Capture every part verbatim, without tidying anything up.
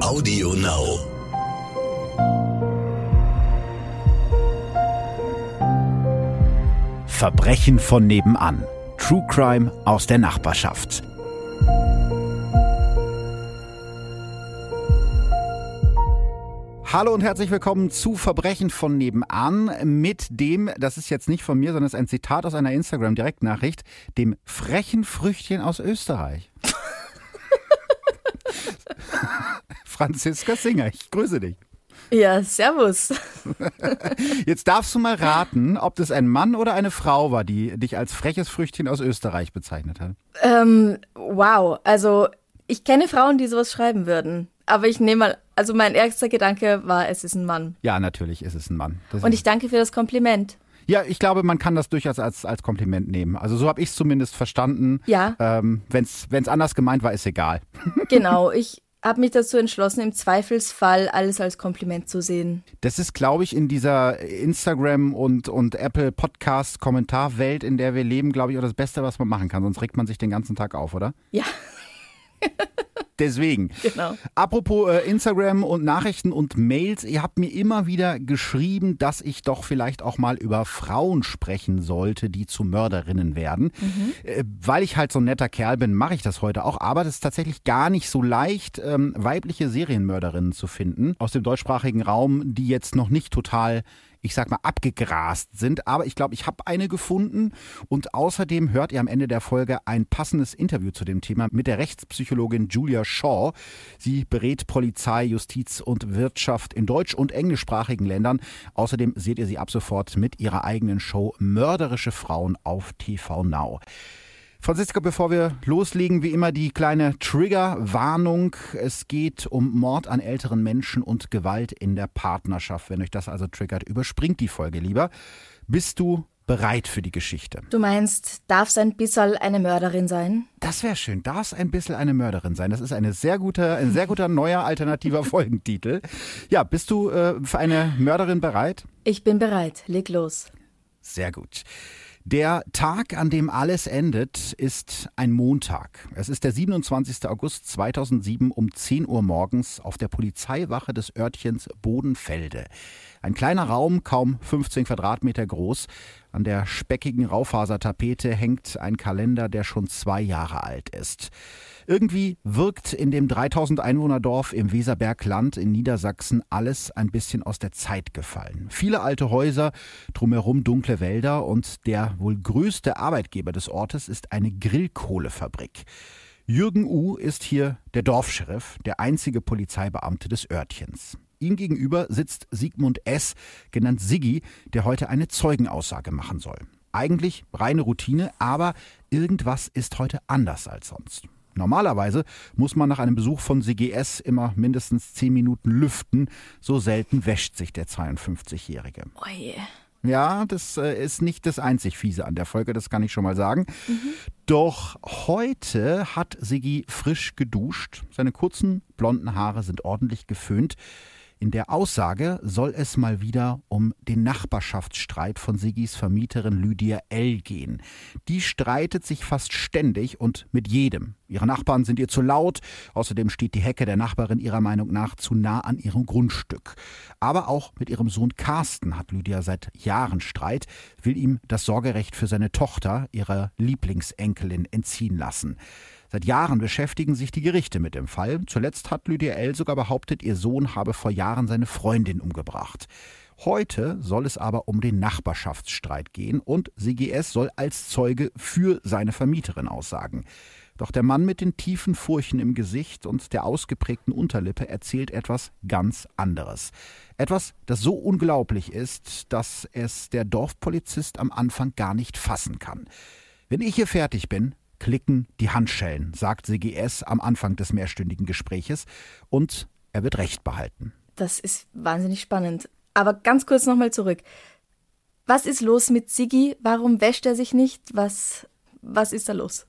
Audio Now. Verbrechen von nebenan. True Crime aus der Nachbarschaft. Hallo und herzlich willkommen zu Verbrechen von nebenan mit dem, das ist jetzt nicht von mir, sondern es ist ein Zitat aus einer Instagram-Direktnachricht, dem frechen Früchtchen aus Österreich. Franziska Singer, ich grüße dich. Ja, servus. Jetzt darfst du mal raten, ob das ein Mann oder eine Frau war, die dich als freches Früchtchen aus Österreich bezeichnet hat. Ähm, wow, also ich kenne Frauen, die sowas schreiben würden. Aber ich nehme mal, also mein erster Gedanke war, es ist ein Mann. Ja, natürlich ist es ein Mann. Das Und ich danke für das Kompliment. Ja, ich glaube, man kann das durchaus als, als Kompliment nehmen. Also so habe ich es zumindest verstanden. Ja. Ähm, wenn es anders gemeint war, ist egal. Genau, ich habe mich dazu entschlossen, im Zweifelsfall alles als Kompliment zu sehen. Das ist, glaube ich, in dieser Instagram- und, und Apple-Podcast-Kommentarwelt, in der wir leben, glaube ich, auch das Beste, was man machen kann. Sonst regt man sich den ganzen Tag auf, oder? Ja. Deswegen. Genau. Apropos äh, Instagram und Nachrichten und Mails, ihr habt mir immer wieder geschrieben, dass ich doch vielleicht auch mal über Frauen sprechen sollte, die zu Mörderinnen werden. Mhm. Äh, weil ich halt so ein netter Kerl bin, mache ich das heute auch. Aber das ist tatsächlich gar nicht so leicht, ähm, weibliche Serienmörderinnen zu finden aus dem deutschsprachigen Raum, die jetzt noch nicht total, ich sag mal, abgegrast sind. Aber ich glaube, ich habe eine gefunden. Und außerdem hört ihr am Ende der Folge ein passendes Interview zu dem Thema mit der Rechtspsychologin Julia Shaw. Sie berät Polizei, Justiz und Wirtschaft in deutsch- und englischsprachigen Ländern. Außerdem seht ihr sie ab sofort mit ihrer eigenen Show Mörderische Frauen auf T V Now. Franziska, bevor wir loslegen, wie immer die kleine Triggerwarnung. Es geht um Mord an älteren Menschen und Gewalt in der Partnerschaft. Wenn euch das also triggert, überspringt die Folge lieber. Bist du bereit für die Geschichte? Du meinst, darf es ein bisschen eine Mörderin sein? Das wäre schön. Darf es ein bisschen eine Mörderin sein? Das ist eine sehr gute, ein sehr guter neuer alternativer Folgentitel. Ja, bist du äh, für eine Mörderin bereit? Ich bin bereit. Leg los. Sehr gut. Der Tag, an dem alles endet, ist ein Montag. Es ist der siebenundzwanzigster August zweitausendsieben um zehn Uhr morgens auf der Polizeiwache des Örtchens Bodenfelde. Ein kleiner Raum, kaum fünfzehn Quadratmeter groß. An der speckigen Raufasertapete hängt ein Kalender, der schon zwei Jahre alt ist. Irgendwie wirkt in dem dreitausend Einwohner-Dorf im Weserbergland in Niedersachsen alles ein bisschen aus der Zeit gefallen. Viele alte Häuser, drumherum dunkle Wälder und der wohl größte Arbeitgeber des Ortes ist eine Grillkohlefabrik. Jürgen U. ist hier der Dorfscheriff, der einzige Polizeibeamte des Örtchens. Ihm gegenüber sitzt Sigmund S., genannt Siggi, der heute eine Zeugenaussage machen soll. Eigentlich reine Routine, aber irgendwas ist heute anders als sonst. Normalerweise muss man nach einem Besuch von Siggi S. immer mindestens zehn Minuten lüften, so selten wäscht sich der zweiundfünfzigjährige. Oh je. Ja, das äh, ist nicht das einzig Fiese an der Folge, das kann ich schon mal sagen. Mhm. Doch heute hat Siggi frisch geduscht. Seine kurzen, blonden Haare sind ordentlich geföhnt. In der Aussage soll es mal wieder um den Nachbarschaftsstreit von Siggis Vermieterin Lydia L. gehen. Die streitet sich fast ständig und mit jedem. Ihre Nachbarn sind ihr zu laut. Außerdem steht die Hecke der Nachbarin ihrer Meinung nach zu nah an ihrem Grundstück. Aber auch mit ihrem Sohn Carsten hat Lydia seit Jahren Streit, will ihm das Sorgerecht für seine Tochter, ihre Lieblingsenkelin, entziehen lassen. Seit Jahren beschäftigen sich die Gerichte mit dem Fall. Zuletzt hat Lydia L. sogar behauptet, ihr Sohn habe vor Jahren seine Freundin umgebracht. Heute soll es aber um den Nachbarschaftsstreit gehen und Siggi S. soll als Zeuge für seine Vermieterin aussagen. Doch der Mann mit den tiefen Furchen im Gesicht und der ausgeprägten Unterlippe erzählt etwas ganz anderes. Etwas, das so unglaublich ist, dass es der Dorfpolizist am Anfang gar nicht fassen kann. Wenn ich hier fertig bin, klicken die Handschellen, sagt Siggi S. am Anfang des mehrstündigen Gespräches und er wird Recht behalten. Das ist wahnsinnig spannend. Aber ganz kurz nochmal zurück. Was ist los mit Siggi? Warum wäscht er sich nicht? Was, was ist da los?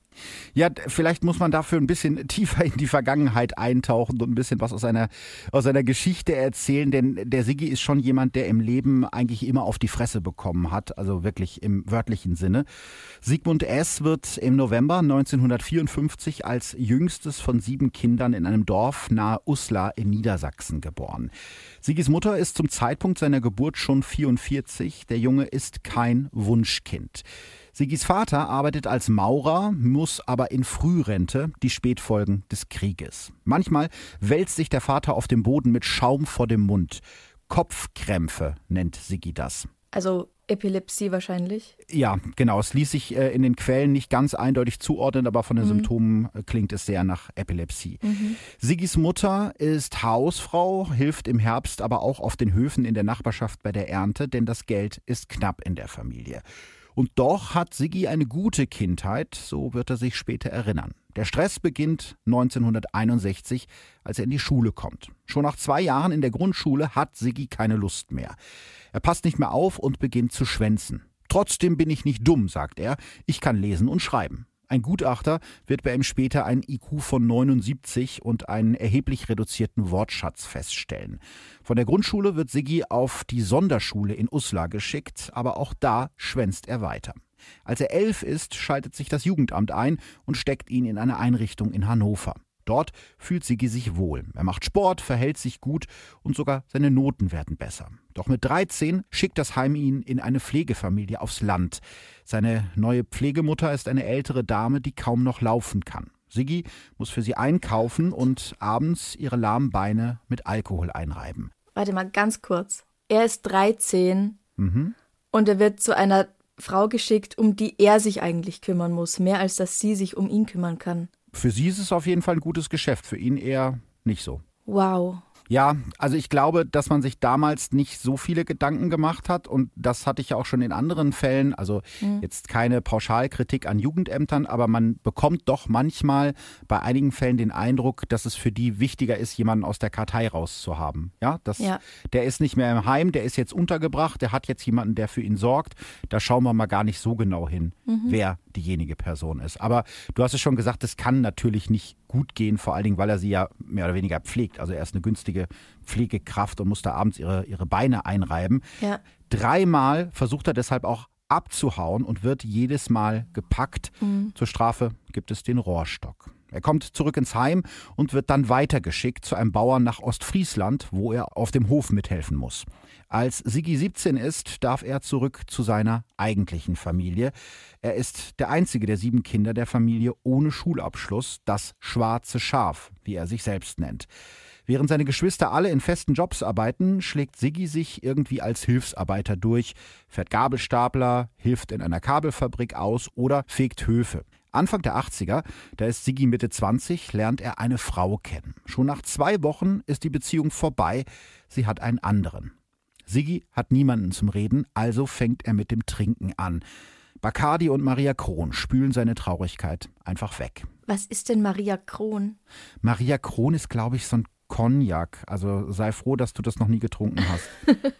Ja, vielleicht muss man dafür ein bisschen tiefer in die Vergangenheit eintauchen und ein bisschen was aus seiner, aus seiner Geschichte erzählen, denn der Siggi ist schon jemand, der im Leben eigentlich immer auf die Fresse bekommen hat, also wirklich im wörtlichen Sinne. Sigmund S. wird im November neunzehnhundertvierundfünfzig als jüngstes von sieben Kindern in einem Dorf nahe Uslar in Niedersachsen geboren. Siggis Mutter ist zum Zeitpunkt seiner Geburt schon vierundvierzig, der Junge ist kein Wunschkind. Siggis Vater arbeitet als Maurer, muss aber in Frührente, die Spätfolgen des Krieges. Manchmal wälzt sich der Vater auf dem Boden mit Schaum vor dem Mund. Kopfkrämpfe nennt Siggi das. Also Epilepsie wahrscheinlich? Ja, genau. Es ließ sich äh, in den Quellen nicht ganz eindeutig zuordnen, aber von den mhm. Symptomen äh, klingt es sehr nach Epilepsie. Mhm. Siggis Mutter ist Hausfrau, hilft im Herbst aber auch auf den Höfen in der Nachbarschaft bei der Ernte, denn das Geld ist knapp in der Familie. Und doch hat Siggi eine gute Kindheit, so wird er sich später erinnern. Der Stress beginnt neunzehnhunderteinundsechzig, als er in die Schule kommt. Schon nach zwei Jahren in der Grundschule hat Siggi keine Lust mehr. Er passt nicht mehr auf und beginnt zu schwänzen. Trotzdem bin ich nicht dumm, sagt er. Ich kann lesen und schreiben. Ein Gutachter wird bei ihm später einen I Q von neunundsiebzig und einen erheblich reduzierten Wortschatz feststellen. Von der Grundschule wird Siggi auf die Sonderschule in Uslar geschickt, aber auch da schwänzt er weiter. Als er elf ist, schaltet sich das Jugendamt ein und steckt ihn in eine Einrichtung in Hannover. Dort fühlt Siggi sich wohl. Er macht Sport, verhält sich gut und sogar seine Noten werden besser. Doch mit dreizehn schickt das Heim ihn in eine Pflegefamilie aufs Land. Seine neue Pflegemutter ist eine ältere Dame, die kaum noch laufen kann. Siggi muss für sie einkaufen und abends ihre lahmen Beine mit Alkohol einreiben. Warte mal, ganz kurz. Er ist dreizehn Mhm. und er wird zu einer Frau geschickt, um die er sich eigentlich kümmern muss, mehr als dass sie sich um ihn kümmern kann. Für sie ist es auf jeden Fall ein gutes Geschäft, für ihn eher nicht so. Wow. Ja, also ich glaube, dass man sich damals nicht so viele Gedanken gemacht hat und das hatte ich ja auch schon in anderen Fällen, also mhm. jetzt keine Pauschalkritik an Jugendämtern, aber man bekommt doch manchmal bei einigen Fällen den Eindruck, dass es für die wichtiger ist, jemanden aus der Kartei rauszuhaben. Ja, das, ja. Der ist nicht mehr im Heim, der ist jetzt untergebracht, der hat jetzt jemanden, der für ihn sorgt. Da schauen wir mal gar nicht so genau hin, mhm. wer diejenige Person ist. Aber du hast es schon gesagt, das kann natürlich nicht gut gehen, vor allen Dingen, weil er sie ja mehr oder weniger pflegt. Also er ist eine günstige Pflegekraft und muss da abends ihre, ihre Beine einreiben. Ja. Dreimal versucht er deshalb auch abzuhauen und wird jedes Mal gepackt. Mhm. Zur Strafe gibt es den Rohrstock. Er kommt zurück ins Heim und wird dann weitergeschickt zu einem Bauern nach Ostfriesland, wo er auf dem Hof mithelfen muss. Als Siggi siebzehn ist, darf er zurück zu seiner eigentlichen Familie. Er ist der einzige der sieben Kinder der Familie ohne Schulabschluss, das schwarze Schaf, wie er sich selbst nennt. Während seine Geschwister alle in festen Jobs arbeiten, schlägt Siggi sich irgendwie als Hilfsarbeiter durch, fährt Gabelstapler, hilft in einer Kabelfabrik aus oder fegt Höfe. Anfang der achtziger, da ist Siggi Mitte zwanzig, lernt er eine Frau kennen. Schon nach zwei Wochen ist die Beziehung vorbei, sie hat einen anderen. Siggi hat niemanden zum Reden, also fängt er mit dem Trinken an. Bacardi und Maria Kron spülen seine Traurigkeit einfach weg. Was ist denn Maria Kron? Maria Kron ist, glaube ich, so ein Cognac. Also sei froh, dass du das noch nie getrunken hast.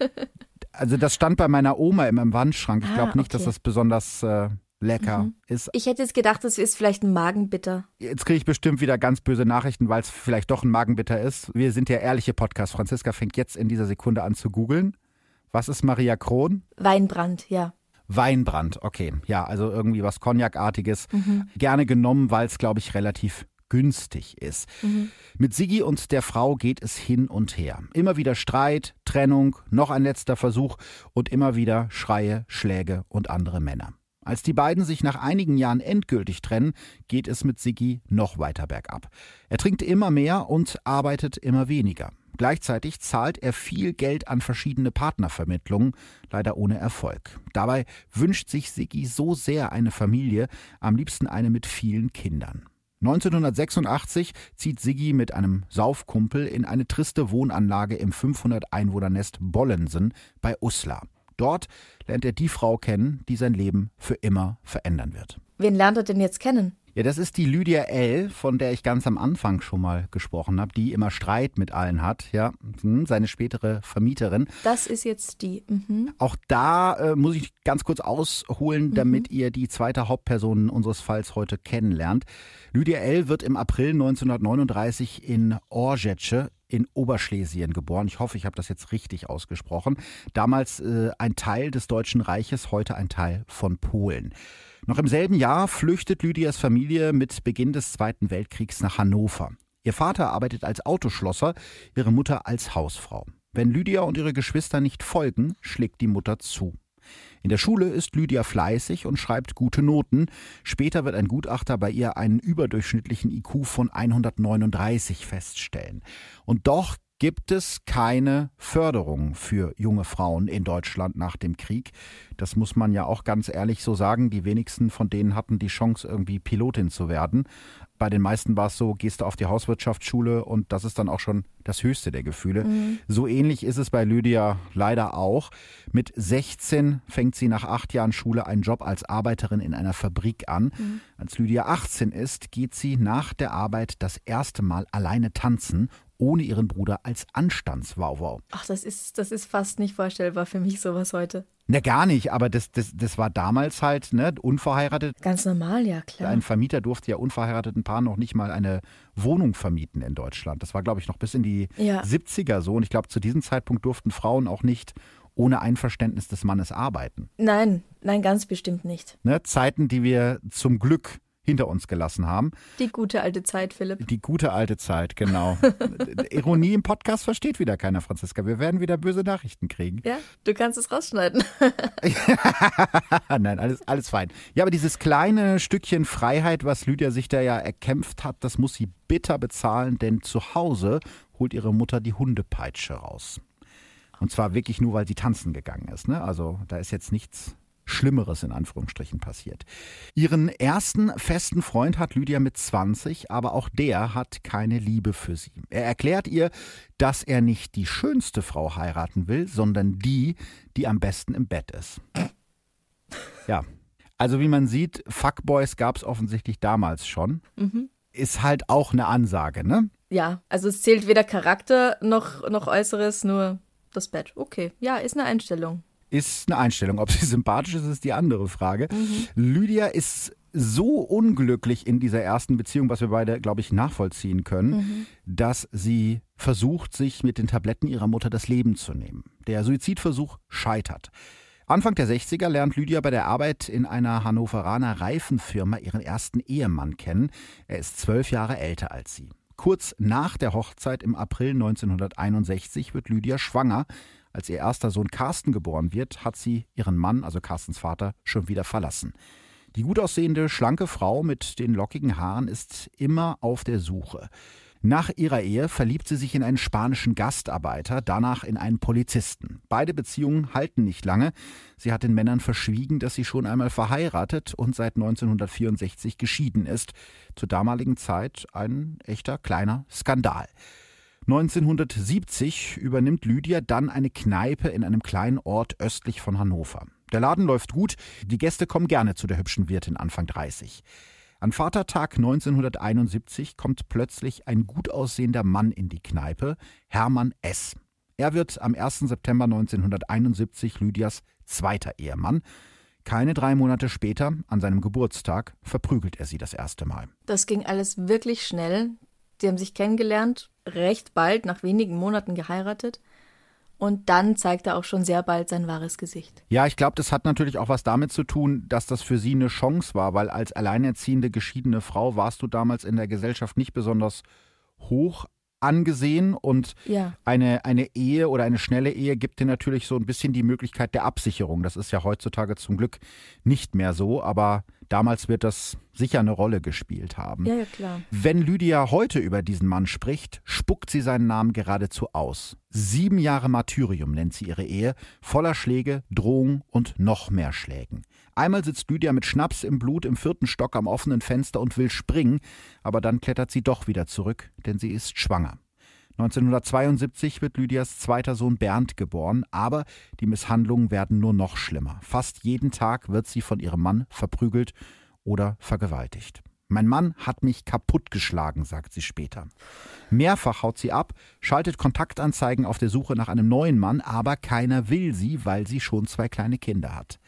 Also das stand bei meiner Oma in meinem Wandschrank. Ich glaube ah, nicht, okay. dass das besonders äh, lecker mhm. ist. Ich hätte jetzt gedacht, das ist vielleicht ein Magenbitter. Jetzt kriege ich bestimmt wieder ganz böse Nachrichten, weil es vielleicht doch ein Magenbitter ist. Wir sind ja ehrliche Podcasts. Franziska fängt jetzt in dieser Sekunde an zu googeln. Was ist Maria Kron? Weinbrand, ja. Weinbrand, okay. Ja, also irgendwie was Cognac-artiges. Mhm. Gerne genommen, weil es, glaube ich, relativ günstig ist. Mhm. Mit Siggi und der Frau geht es hin und her. Immer wieder Streit, Trennung, noch ein letzter Versuch und immer wieder Schreie, Schläge und andere Männer. Als die beiden sich nach einigen Jahren endgültig trennen, geht es mit Siggi noch weiter bergab. Er trinkt immer mehr und arbeitet immer weniger. Gleichzeitig zahlt er viel Geld an verschiedene Partnervermittlungen, leider ohne Erfolg. Dabei wünscht sich Siggi so sehr eine Familie, am liebsten eine mit vielen Kindern. neunzehnhundertsechsundachtzig zieht Siggi mit einem Saufkumpel in eine triste Wohnanlage im fünfhundert Einwohner-Nest Bollensen bei Uslar. Dort lernt er die Frau kennen, die sein Leben für immer verändern wird. Wen lernt er denn jetzt kennen? Ja, das ist die Lydia L., von der ich ganz am Anfang schon mal gesprochen habe, die immer Streit mit allen hat, ja, seine spätere Vermieterin. Das ist jetzt die. Mhm. Auch da äh, muss ich ganz kurz ausholen, damit mhm. ihr die zweite Hauptperson unseres Falls heute kennenlernt. Lydia L. wird im April neunzehnhundertneununddreißig in Orgecze in Oberschlesien geboren. Ich hoffe, ich habe das jetzt richtig ausgesprochen. Damals äh, ein Teil des Deutschen Reiches, heute ein Teil von Polen. Noch im selben Jahr flüchtet Lydias Familie mit Beginn des Zweiten Weltkriegs nach Hannover. Ihr Vater arbeitet als Autoschlosser, ihre Mutter als Hausfrau. Wenn Lydia und ihre Geschwister nicht folgen, schlägt die Mutter zu. In der Schule ist Lydia fleißig und schreibt gute Noten. Später wird ein Gutachter bei ihr einen überdurchschnittlichen I Q von hundertneununddreißig feststellen. Und doch gibt es keine Förderung für junge Frauen in Deutschland nach dem Krieg. Das muss man ja auch ganz ehrlich so sagen. Die wenigsten von denen hatten die Chance, irgendwie Pilotin zu werden. Bei den meisten war es so, gehst du auf die Hauswirtschaftsschule und das ist dann auch schon das höchste der Gefühle. Mhm. So ähnlich ist es bei Lydia leider auch. Mit sechzehn fängt sie nach acht Jahren Schule einen Job als Arbeiterin in einer Fabrik an. Mhm. Als Lydia achtzehn ist, geht sie nach der Arbeit das erste Mal alleine tanzen, ohne ihren Bruder als Anstandswauwau. Ach, das ist, das ist fast nicht vorstellbar für mich, sowas heute. Ne, gar nicht, aber das, das, das war damals halt, ne, unverheiratet. Ganz normal, ja, klar. Ein Vermieter durfte ja unverheirateten Paaren noch nicht mal eine Wohnung vermieten in Deutschland. Das war, glaube ich, noch bis in die ja. siebziger so. Und ich glaube, zu diesem Zeitpunkt durften Frauen auch nicht ohne Einverständnis des Mannes arbeiten. Nein, nein, ganz bestimmt nicht. Ne, Zeiten, die wir zum Glück hinter uns gelassen haben. Die gute alte Zeit, Philipp. Die gute alte Zeit, genau. Ironie im Podcast versteht wieder keiner, Franziska. Wir werden wieder böse Nachrichten kriegen. Ja, du kannst es rausschneiden. Nein, alles, alles fein. Ja, aber dieses kleine Stückchen Freiheit, was Lydia sich da ja erkämpft hat, das muss sie bitter bezahlen, denn zu Hause holt ihre Mutter die Hundepeitsche raus. Und zwar wirklich nur, weil sie tanzen gegangen ist. Ne? Also da ist jetzt nichts Schlimmeres in Anführungsstrichen passiert. Ihren ersten festen Freund hat Lydia mit zwanzig, aber auch der hat keine Liebe für sie. Er erklärt ihr, dass er nicht die schönste Frau heiraten will, sondern die, die am besten im Bett ist. Ja, also wie man sieht, Fuckboys gab es offensichtlich damals schon. Mhm. Ist halt auch eine Ansage, ne? Ja, also es zählt weder Charakter noch, noch Äußeres, nur das Bett. Okay, ja, ist eine Einstellung. Ist eine Einstellung. Ob sie sympathisch ist, ist die andere Frage. Mhm. Lydia ist so unglücklich in dieser ersten Beziehung, was wir beide, glaube ich, nachvollziehen können, mhm. dass sie versucht, sich mit den Tabletten ihrer Mutter das Leben zu nehmen. Der Suizidversuch scheitert. Anfang der sechziger lernt Lydia bei der Arbeit in einer Hannoveraner Reifenfirma ihren ersten Ehemann kennen. Er ist zwölf Jahre älter als sie. Kurz nach der Hochzeit im April neunzehnhunderteinundsechzig wird Lydia schwanger. Als ihr erster Sohn Carsten geboren wird, hat sie ihren Mann, also Carstens Vater, schon wieder verlassen. Die gut aussehende, schlanke Frau mit den lockigen Haaren ist immer auf der Suche. Nach ihrer Ehe verliebt sie sich in einen spanischen Gastarbeiter, danach in einen Polizisten. Beide Beziehungen halten nicht lange. Sie hat den Männern verschwiegen, dass sie schon einmal verheiratet und seit neunzehnhundertvierundsechzig geschieden ist. Zur damaligen Zeit ein echter kleiner Skandal. neunzehnhundertsiebzig übernimmt Lydia dann eine Kneipe in einem kleinen Ort östlich von Hannover. Der Laden läuft gut, die Gäste kommen gerne zu der hübschen Wirtin Anfang dreißig. An Vatertag neunzehnhunderteinundsiebzig kommt plötzlich ein gut aussehender Mann in die Kneipe, Hermann S. Er wird am ersten September neunzehnhunderteinundsiebzig Lydias zweiter Ehemann. Keine drei Monate später, an seinem Geburtstag, verprügelt er sie das erste Mal. Das ging alles wirklich schnell. Sie haben sich kennengelernt, recht bald, nach wenigen Monaten geheiratet. Und dann zeigt er auch schon sehr bald sein wahres Gesicht. Ja, ich glaube, das hat natürlich auch was damit zu tun, dass das für sie eine Chance war, weil als alleinerziehende, geschiedene Frau warst du damals in der Gesellschaft nicht besonders hoch angesehen und ja. eine, eine Ehe oder eine schnelle Ehe gibt dir natürlich so ein bisschen die Möglichkeit der Absicherung. Das ist ja heutzutage zum Glück nicht mehr so, aber damals wird das sicher eine Rolle gespielt haben. Ja, ja, klar. Wenn Lydia heute über diesen Mann spricht, spuckt sie seinen Namen geradezu aus. Sieben Jahre Martyrium nennt sie ihre Ehe, voller Schläge, Drohungen und noch mehr Schlägen. Einmal sitzt Lydia mit Schnaps im Blut im vierten Stock am offenen Fenster und will springen, aber dann klettert sie doch wieder zurück, denn sie ist schwanger. neunzehnhundertzweiundsiebzig wird Lydias zweiter Sohn Bernd geboren, aber die Misshandlungen werden nur noch schlimmer. Fast jeden Tag wird sie von ihrem Mann verprügelt oder vergewaltigt. Mein Mann hat mich kaputtgeschlagen, sagt sie später. Mehrfach haut sie ab, schaltet Kontaktanzeigen auf der Suche nach einem neuen Mann, aber keiner will sie, weil sie schon zwei kleine Kinder hat.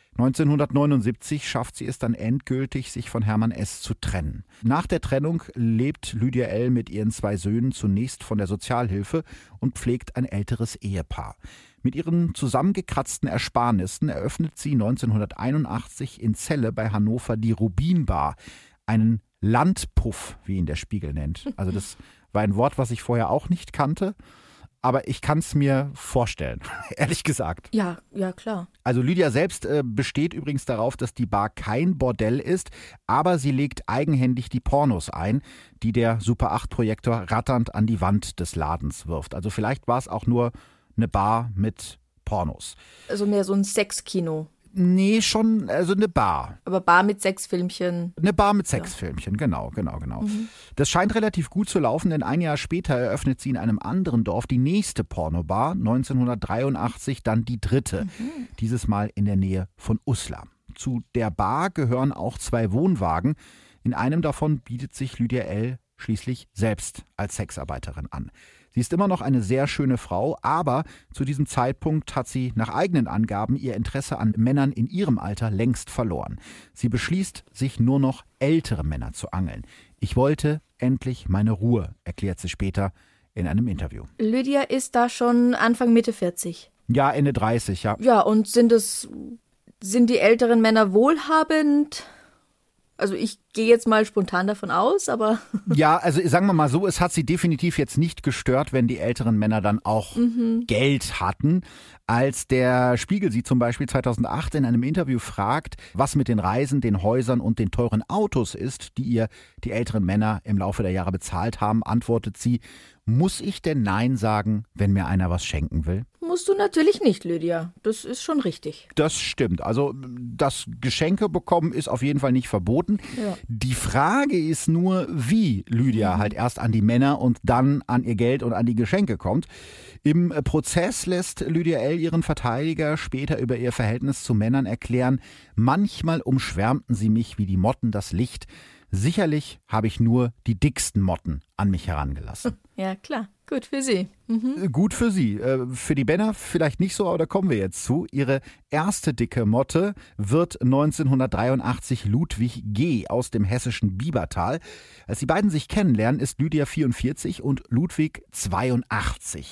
neunzehnhundertneunundsiebzig schafft sie es dann endgültig, sich von Hermann S. zu trennen. Nach der Trennung lebt Lydia L. mit ihren zwei Söhnen zunächst von der Sozialhilfe und pflegt ein älteres Ehepaar. Mit ihren zusammengekratzten Ersparnissen eröffnet sie neunzehnhunderteinundachtzig in Celle bei Hannover die Rubinbar, einen Landpuff, wie ihn der Spiegel nennt. Also das war ein Wort, was ich vorher auch nicht kannte. Aber ich kann es mir vorstellen, ehrlich gesagt. Ja, ja, klar. Also Lydia selbst äh, besteht übrigens darauf, dass die Bar kein Bordell ist, aber sie legt eigenhändig die Pornos ein, die der Super acht Projektor ratternd an die Wand des Ladens wirft. Also vielleicht war es auch nur eine Bar mit Pornos. Also mehr so ein Sexkino. Nee, schon, also eine Bar. Aber Bar mit Sexfilmchen. Eine Bar mit Sexfilmchen, ja. genau, genau, genau. Mhm. Das scheint relativ gut zu laufen, denn ein Jahr später eröffnet sie in einem anderen Dorf die nächste Pornobar, neunzehnhundertdreiundachtzig dann die dritte, mhm. dieses Mal in der Nähe von Uslar. Zu der Bar gehören auch zwei Wohnwagen. In einem davon bietet sich Lydia L. schließlich selbst als Sexarbeiterin an. Sie ist immer noch eine sehr schöne Frau, aber zu diesem Zeitpunkt hat sie nach eigenen Angaben ihr Interesse an Männern in ihrem Alter längst verloren. Sie beschließt, sich nur noch ältere Männer zu angeln. Ich wollte endlich meine Ruhe, erklärt sie später in einem Interview. Lydia ist da schon Anfang Mitte vierzig. Ja, Ende dreißig, ja. Ja, und sind es, sind die älteren Männer wohlhabend? Also ich gehe jetzt mal spontan davon aus, aber... Ja, also sagen wir mal so, es hat sie definitiv jetzt nicht gestört, wenn die älteren Männer dann auch mhm. Geld hatten. Als der Spiegel sie zum Beispiel zweitausendacht in einem Interview fragt, was mit den Reisen, den Häusern und den teuren Autos ist, die ihr die älteren Männer im Laufe der Jahre bezahlt haben, antwortet sie, muss ich denn Nein sagen, wenn mir einer was schenken will? Musst du natürlich nicht, Lydia. Das ist schon richtig. Das stimmt. Also das Geschenke bekommen ist auf jeden Fall nicht verboten. Ja. Die Frage ist nur, wie Lydia mhm. halt erst an die Männer und dann an ihr Geld und an die Geschenke kommt. Im Prozess lässt Lydia L. ihren Verteidiger später über ihr Verhältnis zu Männern erklären, manchmal umschwärmten sie mich wie die Motten das Licht. Sicherlich habe ich nur die dicksten Motten an mich herangelassen. Ja, klar. Gut für sie. Mhm. Gut für sie. Für die Männer vielleicht nicht so, aber da kommen wir jetzt zu. Ihre erste dicke Motte wird neunzehnhundertdreiundachtzig Ludwig G. aus dem hessischen Biebertal. Als die beiden sich kennenlernen, ist Lydia vierundvierzig und Ludwig zweiundachtzig.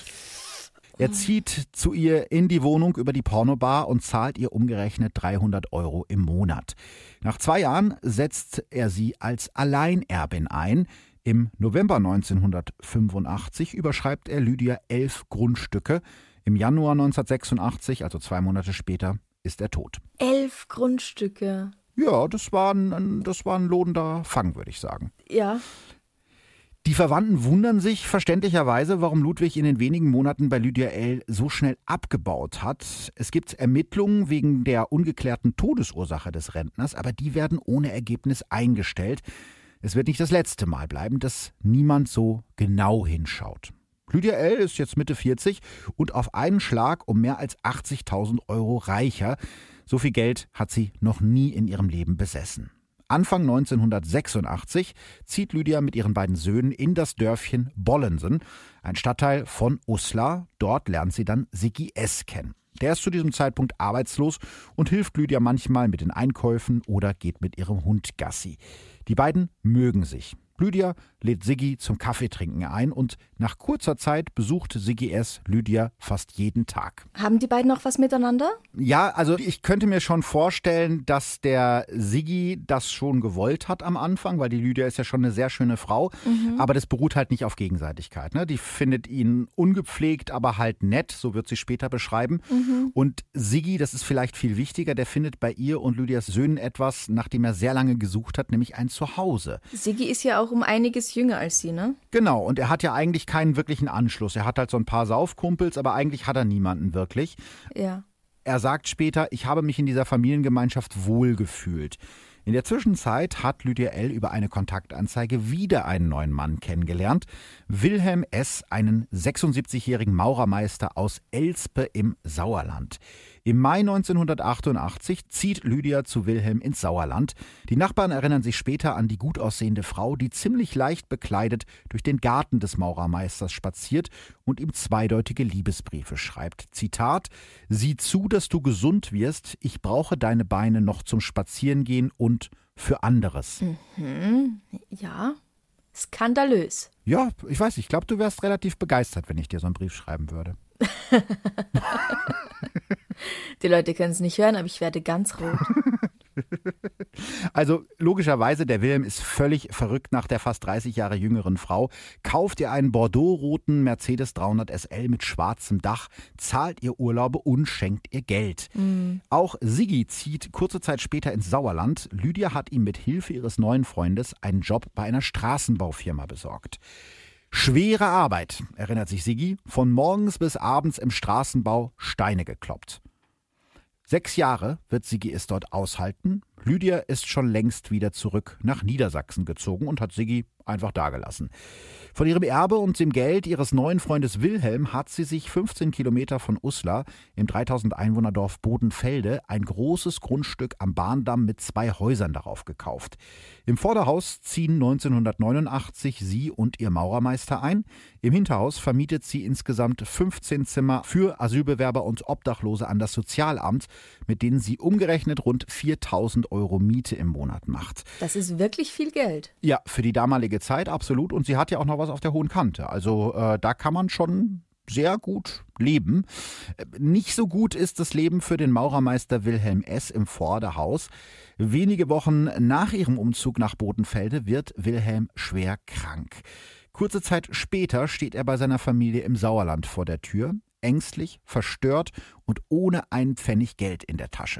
Er zieht zu ihr in die Wohnung über die Pornobar und zahlt ihr umgerechnet dreihundert Euro im Monat. Nach zwei Jahren setzt er sie als Alleinerbin ein. Im November neunzehnhundertfünfundachtzig überschreibt er Lydia elf Grundstücke. Im Januar neunzehnhundertsechsundachtzig, also zwei Monate später, ist er tot. Elf Grundstücke? Ja, das war ein, das war ein lohnender Fang, würde ich sagen. Ja. Die Verwandten wundern sich verständlicherweise, warum Ludwig in den wenigen Monaten bei Lydia L. so schnell abgebaut hat. Es gibt Ermittlungen wegen der ungeklärten Todesursache des Rentners, aber die werden ohne Ergebnis eingestellt. Es wird nicht das letzte Mal bleiben, dass niemand so genau hinschaut. Lydia L. ist jetzt Mitte vierzig und auf einen Schlag um mehr als achtzigtausend Euro reicher. So viel Geld hat sie noch nie in ihrem Leben besessen. Anfang neunzehnhundertsechsundachtzig zieht Lydia mit ihren beiden Söhnen in das Dörfchen Bollensen, ein Stadtteil von Uslar. Dort lernt sie dann Siggi S. kennen. Der ist zu diesem Zeitpunkt arbeitslos und hilft Lydia manchmal mit den Einkäufen oder geht mit ihrem Hund Gassi. Die beiden mögen sich. Lydia lädt Siggi zum Kaffeetrinken ein und nach kurzer Zeit besucht Siggi S. Lydia fast jeden Tag. Haben die beiden noch was miteinander? Ja, also ich könnte mir schon vorstellen, dass der Siggi das schon gewollt hat am Anfang, weil die Lydia ist ja schon eine sehr schöne Frau, mhm. aber das beruht halt nicht auf Gegenseitigkeit. Ne? Die findet ihn ungepflegt, aber halt nett, so wird sie später beschreiben. Mhm. Und Siggi, das ist vielleicht viel wichtiger, der findet bei ihr und Lydias Söhnen etwas, nach dem er sehr lange gesucht hat, nämlich ein Zuhause. Siggi ist ja auch um einiges jünger als sie, ne? Genau, und er hat ja eigentlich keinen wirklichen Anschluss. Er hat halt so ein paar Saufkumpels, aber eigentlich hat er niemanden wirklich. Ja. Er sagt später, ich habe mich in dieser Familiengemeinschaft wohlgefühlt. In der Zwischenzeit hat Lydia L. über eine Kontaktanzeige wieder einen neuen Mann kennengelernt. Wilhelm S., einen sechsundsiebzigjährigen Maurermeister aus Elspe im Sauerland. Im Mai neunzehnhundertachtundachtzig zieht Lydia zu Wilhelm ins Sauerland. Die Nachbarn erinnern sich später an die gut aussehende Frau, die ziemlich leicht bekleidet durch den Garten des Maurermeisters spaziert und ihm zweideutige Liebesbriefe schreibt. Zitat: Sieh zu, dass du gesund wirst. Ich brauche deine Beine noch zum Spazierengehen und für anderes. Mhm. Ja, skandalös. Ja, ich weiß, ich glaube, du wärst relativ begeistert, wenn ich dir so einen Brief schreiben würde. Die Leute können es nicht hören, aber ich werde ganz rot. Also logischerweise, der Wilhelm ist völlig verrückt nach der fast dreißig Jahre jüngeren Frau, kauft ihr einen bordeauxroten Mercedes dreihundert S L mit schwarzem Dach, zahlt ihr Urlaube und schenkt ihr Geld. Mhm. Auch Siggi zieht kurze Zeit später ins Sauerland. Lydia hat ihm mit Hilfe ihres neuen Freundes einen Job bei einer Straßenbaufirma besorgt. Schwere Arbeit, erinnert sich Siggi, von morgens bis abends im Straßenbau Steine gekloppt. Sechs Jahre wird Siggi es dort aushalten. Lydia ist schon längst wieder zurück nach Niedersachsen gezogen und hat Siggi einfach dagelassen. Von ihrem Erbe und dem Geld ihres neuen Freundes Wilhelm hat sie sich fünfzehn Kilometer von Uslar im dreitausend Einwohnerdorf Bodenfelde ein großes Grundstück am Bahndamm mit zwei Häusern darauf gekauft. Im Vorderhaus ziehen neunzehnhundertneunundachtzig sie und ihr Maurermeister ein. Im Hinterhaus vermietet sie insgesamt fünfzehn Zimmer für Asylbewerber und Obdachlose an das Sozialamt, mit denen sie umgerechnet rund viertausend Euro Miete im Monat macht. Das ist wirklich viel Geld. Ja, für die damalige Zeit absolut. Und sie hat ja auch noch was auf der hohen Kante. Also äh, da kann man schon sehr gut leben. Nicht so gut ist das Leben für den Maurermeister Wilhelm S. im Vorderhaus. Wenige Wochen nach ihrem Umzug nach Bodenfelde wird Wilhelm schwer krank. Kurze Zeit später steht er bei seiner Familie im Sauerland vor der Tür. Ängstlich, verstört und ohne einen Pfennig Geld in der Tasche.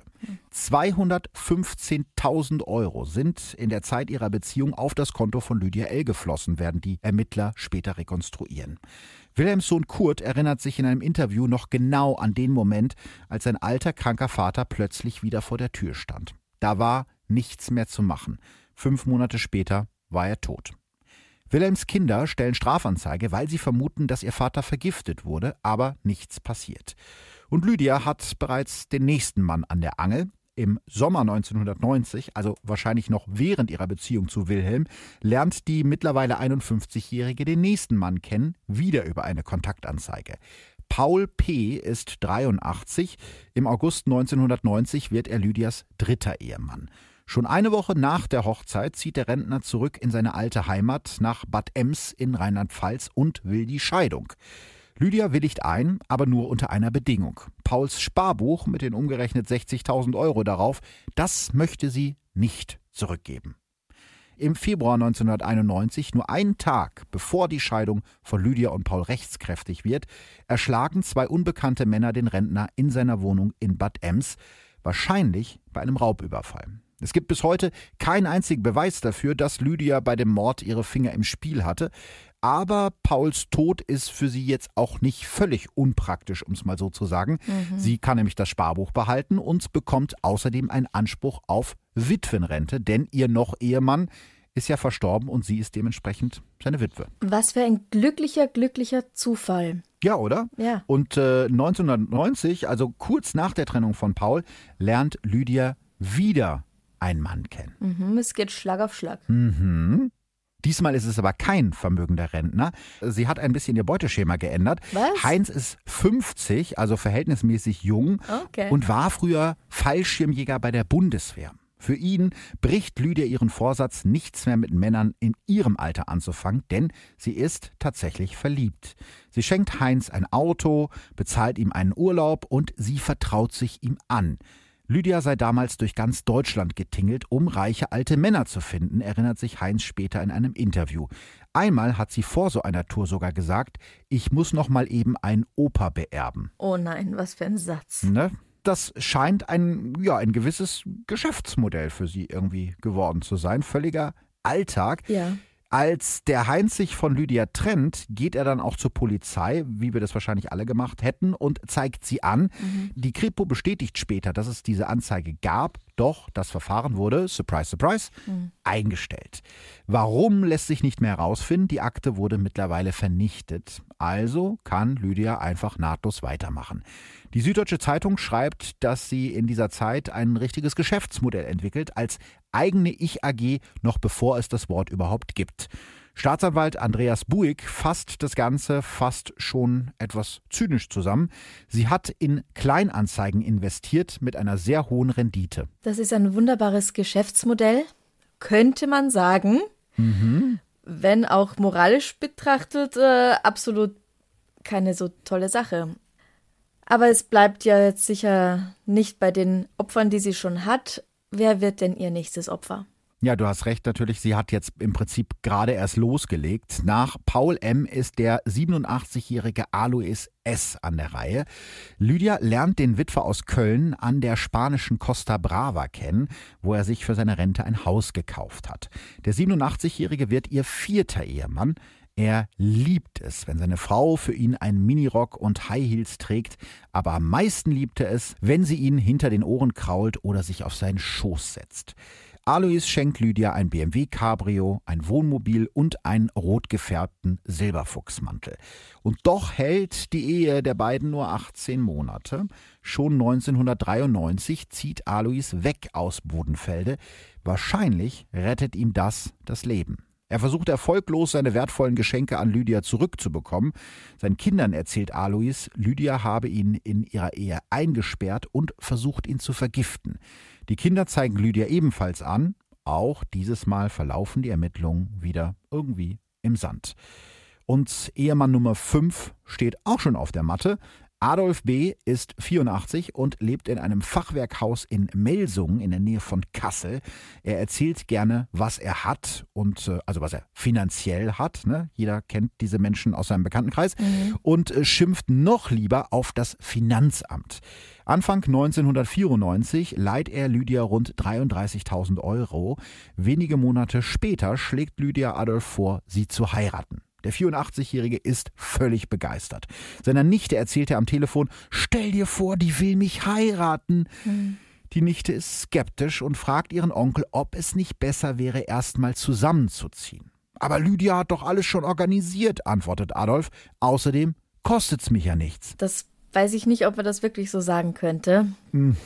zweihundertfünfzehntausend Euro sind in der Zeit ihrer Beziehung auf das Konto von Lydia L. geflossen, werden die Ermittler später rekonstruieren. Wilhelms Sohn Kurt erinnert sich in einem Interview noch genau an den Moment, als sein alter, kranker Vater plötzlich wieder vor der Tür stand. Da war nichts mehr zu machen. Fünf Monate später war er tot. Wilhelms Kinder stellen Strafanzeige, weil sie vermuten, dass ihr Vater vergiftet wurde, aber nichts passiert. Und Lydia hat bereits den nächsten Mann an der Angel. Im Sommer neunzehnhundertneunzig, also wahrscheinlich noch während ihrer Beziehung zu Wilhelm, lernt die mittlerweile einundfünfzigjährige den nächsten Mann kennen, wieder über eine Kontaktanzeige. Paul P. ist dreiundachtzig. Im August neunzehnhundertneunzig wird er Lydias dritter Ehemann. Schon eine Woche nach der Hochzeit zieht der Rentner zurück in seine alte Heimat nach Bad Ems in Rheinland-Pfalz und will die Scheidung. Lydia willigt ein, aber nur unter einer Bedingung. Pauls Sparbuch mit den umgerechnet sechzigtausend Euro darauf, das möchte sie nicht zurückgeben. Im Februar neunzehnhunderteinundneunzig, nur einen Tag bevor die Scheidung von Lydia und Paul rechtskräftig wird, erschlagen zwei unbekannte Männer den Rentner in seiner Wohnung in Bad Ems, wahrscheinlich bei einem Raubüberfall. Es gibt bis heute keinen einzigen Beweis dafür, dass Lydia bei dem Mord ihre Finger im Spiel hatte. Aber Pauls Tod ist für sie jetzt auch nicht völlig unpraktisch, um es mal so zu sagen. Mhm. Sie kann nämlich das Sparbuch behalten und bekommt außerdem einen Anspruch auf Witwenrente, denn ihr Noch-Ehemann ist ja verstorben und sie ist dementsprechend seine Witwe. Was für ein glücklicher, glücklicher Zufall. Ja, oder? Ja. Und äh, neunzehnhundertneunzig, also kurz nach der Trennung von Paul, lernt Lydia wieder einen Mann kennen. Mhm, es geht Schlag auf Schlag. Mhm. Diesmal ist es aber kein vermögender Rentner. Sie hat ein bisschen ihr Beuteschema geändert. Was? Heinz ist fünfzig, also verhältnismäßig jung, okay. und war früher Fallschirmjäger bei der Bundeswehr. Für ihn bricht Lydia ihren Vorsatz, nichts mehr mit Männern in ihrem Alter anzufangen, denn sie ist tatsächlich verliebt. Sie schenkt Heinz ein Auto, bezahlt ihm einen Urlaub und sie vertraut sich ihm an. Lydia sei damals durch ganz Deutschland getingelt, um reiche alte Männer zu finden, erinnert sich Heinz später in einem Interview. Einmal hat sie vor so einer Tour sogar gesagt, ich muss noch mal eben einen Opa beerben. Oh nein, was für ein Satz. Ne? Das scheint ein, ja, ein gewisses Geschäftsmodell für sie irgendwie geworden zu sein. Völliger Alltag. Ja. Als der Heinz sich von Lydia trennt, geht er dann auch zur Polizei, wie wir das wahrscheinlich alle gemacht hätten, und zeigt sie an. Mhm. Die Kripo bestätigt später, dass es diese Anzeige gab, doch das Verfahren wurde, surprise, surprise, mhm. eingestellt. Warum, lässt sich nicht mehr herausfinden. Die Akte wurde mittlerweile vernichtet. Also kann Lydia einfach nahtlos weitermachen. Die Süddeutsche Zeitung schreibt, dass sie in dieser Zeit ein richtiges Geschäftsmodell entwickelt, als eigene Ich-A G, noch bevor es das Wort überhaupt gibt. Staatsanwalt Andreas Buick fasst das Ganze fast schon etwas zynisch zusammen. Sie hat in Kleinanzeigen investiert mit einer sehr hohen Rendite. Das ist ein wunderbares Geschäftsmodell, könnte man sagen. Mhm. Wenn auch moralisch betrachtet, äh, absolut keine so tolle Sache. Aber es bleibt ja jetzt sicher nicht bei den Opfern, die sie schon hat. Wer wird denn ihr nächstes Opfer? Ja, du hast recht natürlich. Sie hat jetzt im Prinzip gerade erst losgelegt. Nach Paul M. ist der siebenundachtzigjährige Alois S. an der Reihe. Lydia lernt den Witwer aus Köln an der spanischen Costa Brava kennen, wo er sich für seine Rente ein Haus gekauft hat. Der siebenundachtzigjährige wird ihr vierter Ehemann. Er liebt es, wenn seine Frau für ihn einen Minirock und High Heels trägt, aber am meisten liebt er es, wenn sie ihn hinter den Ohren krault oder sich auf seinen Schoß setzt. Alois schenkt Lydia ein B M W Cabrio, ein Wohnmobil und einen rot gefärbten Silberfuchsmantel. Und doch hält die Ehe der beiden nur achtzehn Monate. Schon neunzehnhundertdreiundneunzig zieht Alois weg aus Bodenfelde. Wahrscheinlich rettet ihm das das Leben. Er versucht erfolglos, seine wertvollen Geschenke an Lydia zurückzubekommen. Seinen Kindern erzählt Alois, Lydia habe ihn in ihrer Ehe eingesperrt und versucht, ihn zu vergiften. Die Kinder zeigen Lydia ebenfalls an. Auch dieses Mal verlaufen die Ermittlungen wieder irgendwie im Sand. Und Ehemann Nummer fünf steht auch schon auf der Matte. Adolf B. ist vierundachtzig und lebt in einem Fachwerkhaus in Melsungen in der Nähe von Kassel. Er erzählt gerne, was er hat und also was er finanziell hat. Ne? Jeder kennt diese Menschen aus seinem Bekanntenkreis. Mhm. Und schimpft noch lieber auf das Finanzamt. Anfang neunzehnhundertvierundneunzig leiht er Lydia rund dreiunddreißigtausend Euro. Wenige Monate später schlägt Lydia Adolf vor, sie zu heiraten. Der vierundachtzigjährige ist völlig begeistert. Seiner Nichte erzählt er am Telefon, stell dir vor, die will mich heiraten. Mhm. Die Nichte ist skeptisch und fragt ihren Onkel, ob es nicht besser wäre, erst mal zusammenzuziehen. Aber Lydia hat doch alles schon organisiert, antwortet Adolf. Außerdem kostet's mich ja nichts. Das weiß ich nicht, ob er das wirklich so sagen könnte. Mhm.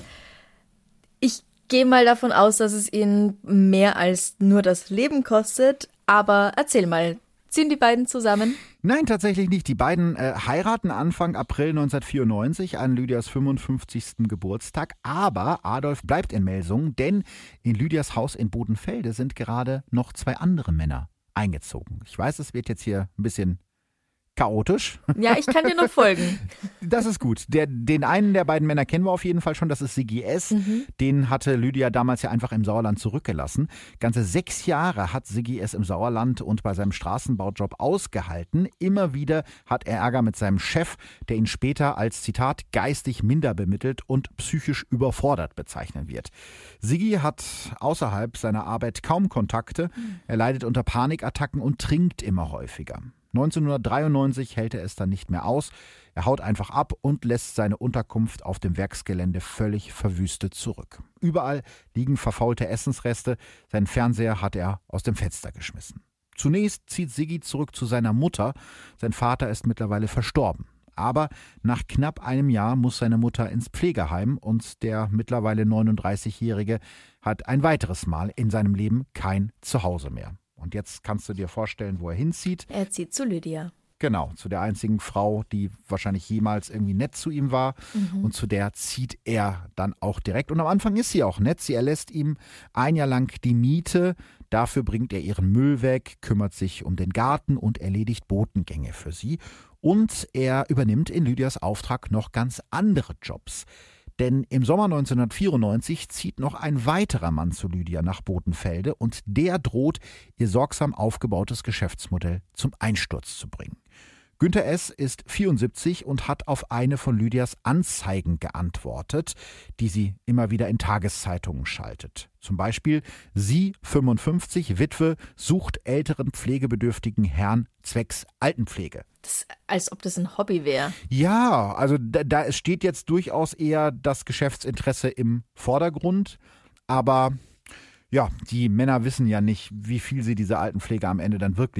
Ich gehe mal davon aus, dass es ihn mehr als nur das Leben kostet. Aber erzähl mal. Ziehen die beiden zusammen? Nein, tatsächlich nicht. Die beiden äh, heiraten Anfang April neunzehnhundertvierundneunzig an Lydias fünfundfünfzigsten Geburtstag. Aber Adolf bleibt in Melsungen, denn in Lydias Haus in Bodenfelde sind gerade noch zwei andere Männer eingezogen. Ich weiß, es wird jetzt hier ein bisschen chaotisch. Ja, ich kann dir noch folgen. Das ist gut. Der, den einen der beiden Männer kennen wir auf jeden Fall schon, das ist Siggi S. Mhm. Den hatte Lydia damals ja einfach im Sauerland zurückgelassen. Ganze sechs Jahre hat Siggi S. im Sauerland und bei seinem Straßenbaujob ausgehalten. Immer wieder hat er Ärger mit seinem Chef, der ihn später als, Zitat, geistig minder bemittelt und psychisch überfordert bezeichnen wird. Siggi hat außerhalb seiner Arbeit kaum Kontakte. Er leidet unter Panikattacken und trinkt immer häufiger. neunzehnhundertdreiundneunzig hält er es dann nicht mehr aus. Er haut einfach ab und lässt seine Unterkunft auf dem Werksgelände völlig verwüstet zurück. Überall liegen verfaulte Essensreste. Seinen Fernseher hat er aus dem Fenster geschmissen. Zunächst zieht Siggi zurück zu seiner Mutter. Sein Vater ist mittlerweile verstorben. Aber nach knapp einem Jahr muss seine Mutter ins Pflegeheim und der mittlerweile neununddreißigjährige hat ein weiteres Mal in seinem Leben kein Zuhause mehr. Und jetzt kannst du dir vorstellen, wo er hinzieht. Er zieht zu Lydia. Genau, zu der einzigen Frau, die wahrscheinlich jemals irgendwie nett zu ihm war. Mhm. Und zu der zieht er dann auch direkt. Und am Anfang ist sie auch nett. Sie erlässt ihm ein Jahr lang die Miete. Dafür bringt er ihren Müll weg, kümmert sich um den Garten und erledigt Botengänge für sie. Und er übernimmt in Lydias Auftrag noch ganz andere Jobs. Denn im Sommer neunzehnhundertvierundneunzig zieht noch ein weiterer Mann zu Lydia nach Bodenfelde und der droht, ihr sorgsam aufgebautes Geschäftsmodell zum Einsturz zu bringen. Günther S. ist vierundsiebzig und hat auf eine von Lydias Anzeigen geantwortet, die sie immer wieder in Tageszeitungen schaltet. Zum Beispiel, sie, fünfundfünfzig, Witwe, sucht älteren pflegebedürftigen Herrn zwecks Altenpflege. Das, als ob das ein Hobby wäre. Ja, also da, da steht jetzt durchaus eher das Geschäftsinteresse im Vordergrund. Aber ja, die Männer wissen ja nicht, wie viel sie diese Altenpflege am Ende dann wirklich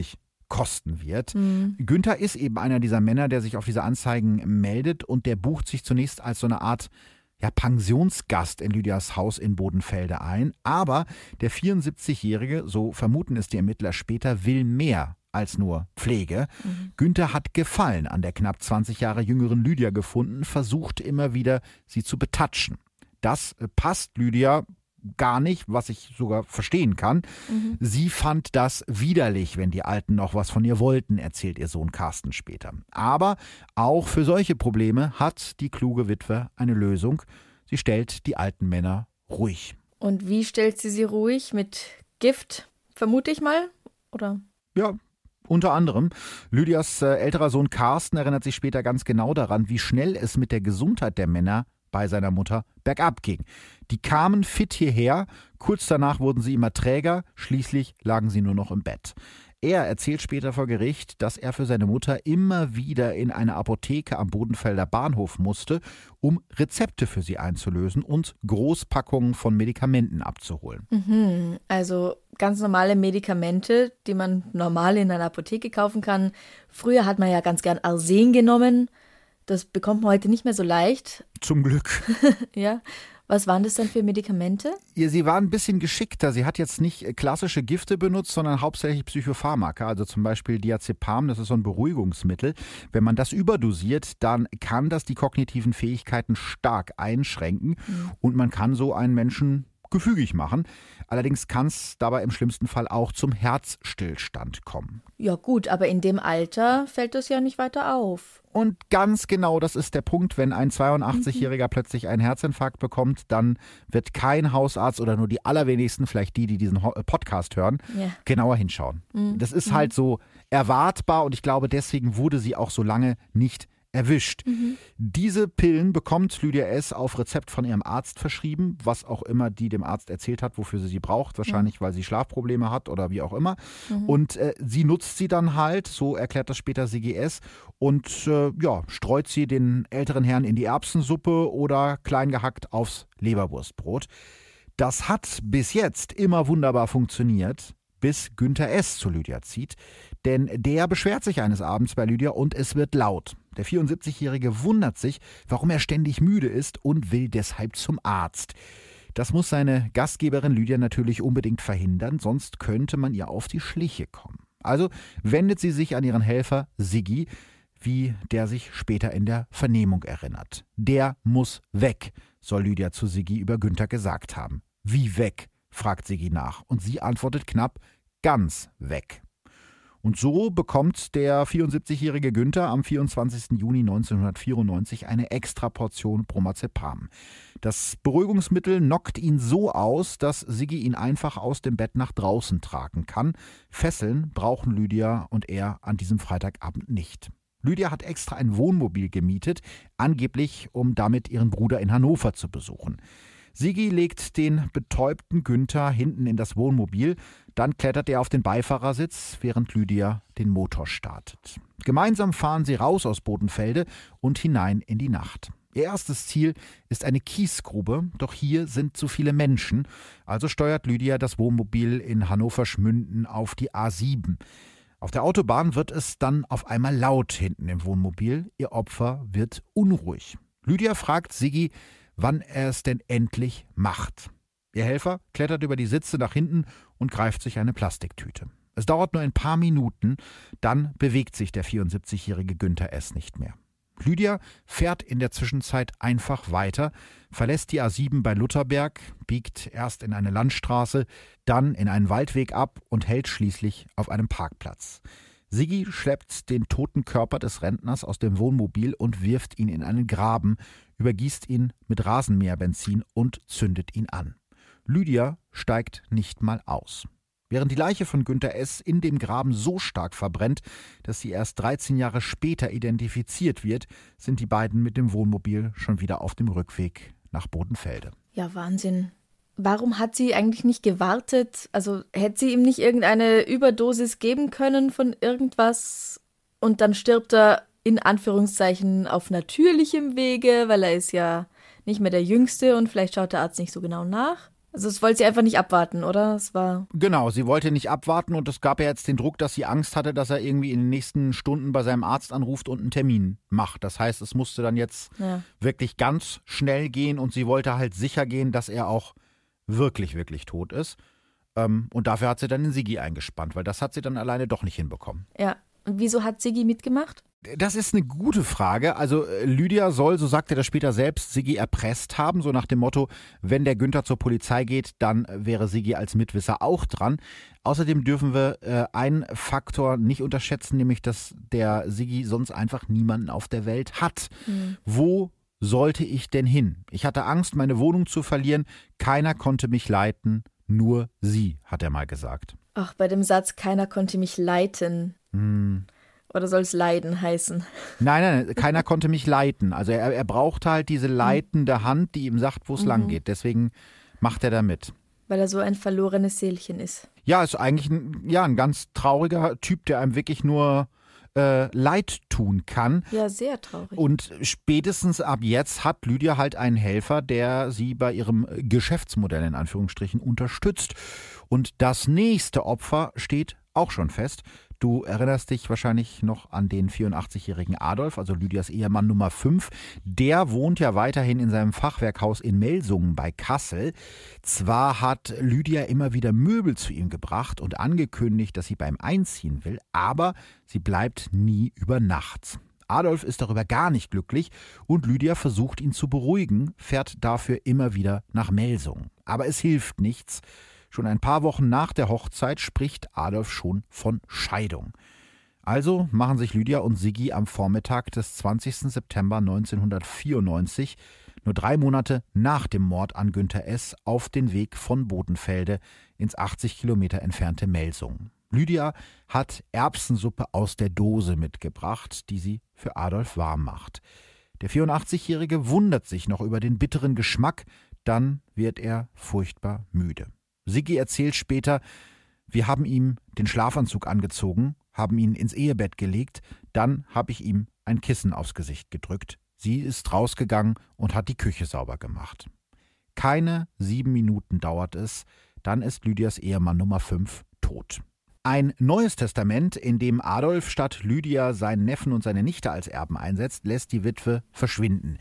kosten wird. Mhm. Günther ist eben einer dieser Männer, der sich auf diese Anzeigen meldet und der bucht sich zunächst als so eine Art ja, Pensionsgast in Lydias Haus in Bodenfelde ein. Aber der vierundsiebzigjährige, so vermuten es die Ermittler später, will mehr als nur Pflege. Mhm. Günther hat Gefallen an der knapp zwanzig Jahre jüngeren Lydia gefunden, versucht immer wieder, sie zu betatschen. Das passt Lydia gar nicht, was ich sogar verstehen kann. Mhm. Sie fand das widerlich, wenn die Alten noch was von ihr wollten, erzählt ihr Sohn Carsten später. Aber auch für solche Probleme hat die kluge Witwe eine Lösung. Sie stellt die alten Männer ruhig. Und wie stellt sie sie ruhig? Mit Gift, vermute ich mal? Oder? Ja, unter anderem. Lydias äh, älterer Sohn Carsten erinnert sich später ganz genau daran, wie schnell es mit der Gesundheit der Männer bei seiner Mutter bergab ging. Die kamen fit hierher, kurz danach wurden sie immer träger, schließlich lagen sie nur noch im Bett. Er erzählt später vor Gericht, dass er für seine Mutter immer wieder in eine Apotheke am Bodenfelder Bahnhof musste, um Rezepte für sie einzulösen und Großpackungen von Medikamenten abzuholen. Mhm, also ganz normale Medikamente, die man normal in einer Apotheke kaufen kann. Früher hat man ja ganz gern Arsen genommen. Das bekommt man heute nicht mehr so leicht. Zum Glück. Ja. Was waren das denn für Medikamente? Ja, sie war ein bisschen geschickter. Sie hat jetzt nicht klassische Gifte benutzt, sondern hauptsächlich Psychopharmaka, also zum Beispiel Diazepam, das ist so ein Beruhigungsmittel. Wenn man das überdosiert, dann kann das die kognitiven Fähigkeiten stark einschränken mhm. und man kann so einen Menschen gefügig machen. Allerdings kann es dabei im schlimmsten Fall auch zum Herzstillstand kommen. Ja gut, aber in dem Alter fällt das ja nicht weiter auf. Und ganz genau, das ist der Punkt, wenn ein zweiundachtzigjähriger mhm. plötzlich einen Herzinfarkt bekommt, dann wird kein Hausarzt oder nur die allerwenigsten, vielleicht die, die diesen Podcast hören, ja. genauer hinschauen. Mhm. Das ist halt so erwartbar und ich glaube, deswegen wurde sie auch so lange nicht erwischt. Mhm. Diese Pillen bekommt Lydia S. auf Rezept von ihrem Arzt verschrieben, was auch immer die dem Arzt erzählt hat, wofür sie sie braucht. Wahrscheinlich, mhm. weil sie Schlafprobleme hat oder wie auch immer. Mhm. Und äh, sie nutzt sie dann halt, so erklärt das später Sigi S. Und äh, ja, streut sie den älteren Herren in die Erbsensuppe oder klein gehackt aufs Leberwurstbrot. Das hat bis jetzt immer wunderbar funktioniert, bis Günther S. zu Lydia zieht. Denn der beschwert sich eines Abends bei Lydia und es wird laut. Der vierundsiebzigjährige wundert sich, warum er ständig müde ist und will deshalb zum Arzt. Das muss seine Gastgeberin Lydia natürlich unbedingt verhindern, sonst könnte man ihr auf die Schliche kommen. Also wendet sie sich an ihren Helfer Sigi, wie der sich später in der Vernehmung erinnert. Der muss weg, soll Lydia zu Sigi über Günther gesagt haben. Wie weg? Fragt Sigi nach und sie antwortet knapp, ganz weg. Und so bekommt der vierundsiebzigjährige Günther am vierundzwanzigsten Juni neunzehnhundertvierundneunzig eine Extraportion Bromazepam. Das Beruhigungsmittel knockt ihn so aus, dass Sigi ihn einfach aus dem Bett nach draußen tragen kann. Fesseln brauchen Lydia und er an diesem Freitagabend nicht. Lydia hat extra ein Wohnmobil gemietet, angeblich um damit ihren Bruder in Hannover zu besuchen. Sigi legt den betäubten Günther hinten in das Wohnmobil, dann klettert er auf den Beifahrersitz, während Lydia den Motor startet. Gemeinsam fahren sie raus aus Bodenfelde und hinein in die Nacht. Ihr erstes Ziel ist eine Kiesgrube, doch hier sind zu viele Menschen, also steuert Lydia das Wohnmobil in Hannover-Schmünden auf die A sieben. Auf der Autobahn wird es dann auf einmal laut hinten im Wohnmobil, ihr Opfer wird unruhig. Lydia fragt Sigi, wann er es denn endlich macht. Ihr Helfer klettert über die Sitze nach hinten und greift sich eine Plastiktüte. Es dauert nur ein paar Minuten, dann bewegt sich der vierundsiebzigjährige Günther S. nicht mehr. Lydia fährt in der Zwischenzeit einfach weiter, verlässt die A sieben bei Lutherberg, biegt erst in eine Landstraße, dann in einen Waldweg ab und hält schließlich auf einem Parkplatz. Sigi schleppt den toten Körper des Rentners aus dem Wohnmobil und wirft ihn in einen Graben, übergießt ihn mit Rasenmäherbenzin und zündet ihn an. Lydia steigt nicht mal aus. Während die Leiche von Günther S. in dem Graben so stark verbrennt, dass sie erst dreizehn Jahre später identifiziert wird, sind die beiden mit dem Wohnmobil schon wieder auf dem Rückweg nach Bodenfelde. Ja, Wahnsinn. Warum hat sie eigentlich nicht gewartet? Also hätte sie ihm nicht irgendeine Überdosis geben können von irgendwas und dann stirbt er in Anführungszeichen auf natürlichem Wege, weil er ist ja nicht mehr der Jüngste und vielleicht schaut der Arzt nicht so genau nach? Also das wollte sie einfach nicht abwarten, oder? Es war Genau, sie wollte nicht abwarten und es gab ja jetzt den Druck, dass sie Angst hatte, dass er irgendwie in den nächsten Stunden bei seinem Arzt anruft und einen Termin macht. Das heißt, es musste dann jetzt ja. wirklich ganz schnell gehen und sie wollte halt sicher gehen, dass er auch wirklich, wirklich tot ist. Ähm, und dafür hat sie dann den Siggi eingespannt, weil das hat sie dann alleine doch nicht hinbekommen. Ja. Und wieso hat Siggi mitgemacht? Das ist eine gute Frage. Also äh, Lydia soll, so sagt er das später selbst, Siggi erpresst haben, so nach dem Motto, wenn der Günther zur Polizei geht, dann wäre Siggi als Mitwisser auch dran. Außerdem dürfen wir äh, einen Faktor nicht unterschätzen, nämlich dass der Siggi sonst einfach niemanden auf der Welt hat. Mhm. Wo sollte ich denn hin? Ich hatte Angst, meine Wohnung zu verlieren. Keiner konnte mich leiten, nur sie, hat er mal gesagt. Ach, bei dem Satz, keiner konnte mich leiten. Hm. Oder soll es leiden heißen? Nein, nein, keiner konnte mich leiten. Also er, er brauchte halt diese leitende Hand, die ihm sagt, wo es Mhm. lang geht. Deswegen macht er da mit. Weil er so ein verlorenes Seelchen ist. Ja, ist eigentlich ein, ja, ein ganz trauriger Typ, der einem wirklich nur äh, Leid tun kann. Ja, sehr traurig. Und spätestens ab jetzt hat Lydia halt einen Helfer, der sie bei ihrem Geschäftsmodell in Anführungsstrichen unterstützt. Und das nächste Opfer steht auch schon fest. Du erinnerst dich wahrscheinlich noch an den vierundachtzigjährigen Adolf, also Lydias Ehemann Nummer fünf. Der wohnt ja weiterhin in seinem Fachwerkhaus in Melsungen bei Kassel. Zwar hat Lydia immer wieder Möbel zu ihm gebracht und angekündigt, dass sie beim Einziehen will, aber sie bleibt nie über Nacht. Adolf ist darüber gar nicht glücklich und Lydia versucht ihn zu beruhigen, fährt dafür immer wieder nach Melsungen. Aber es hilft nichts. Schon ein paar Wochen nach der Hochzeit spricht Adolf schon von Scheidung. Also machen sich Lydia und Siggi am Vormittag des zwanzigsten September neunzehnhundertvierundneunzig, nur drei Monate nach dem Mord an Günther S., auf den Weg von Bodenfelde ins achtzig Kilometer entfernte Melsungen. Lydia hat Erbsensuppe aus der Dose mitgebracht, die sie für Adolf warm macht. Der vierundachtzigjährige wundert sich noch über den bitteren Geschmack, dann wird er furchtbar müde. Siggi erzählt später, wir haben ihm den Schlafanzug angezogen, haben ihn ins Ehebett gelegt, dann habe ich ihm ein Kissen aufs Gesicht gedrückt. Sie ist rausgegangen und hat die Küche sauber gemacht. Keine sieben Minuten dauert es, dann ist Lydias Ehemann Nummer fünf tot. Ein neues Testament, in dem Adolf statt Lydia seinen Neffen und seine Nichte als Erben einsetzt, lässt die Witwe verschwinden.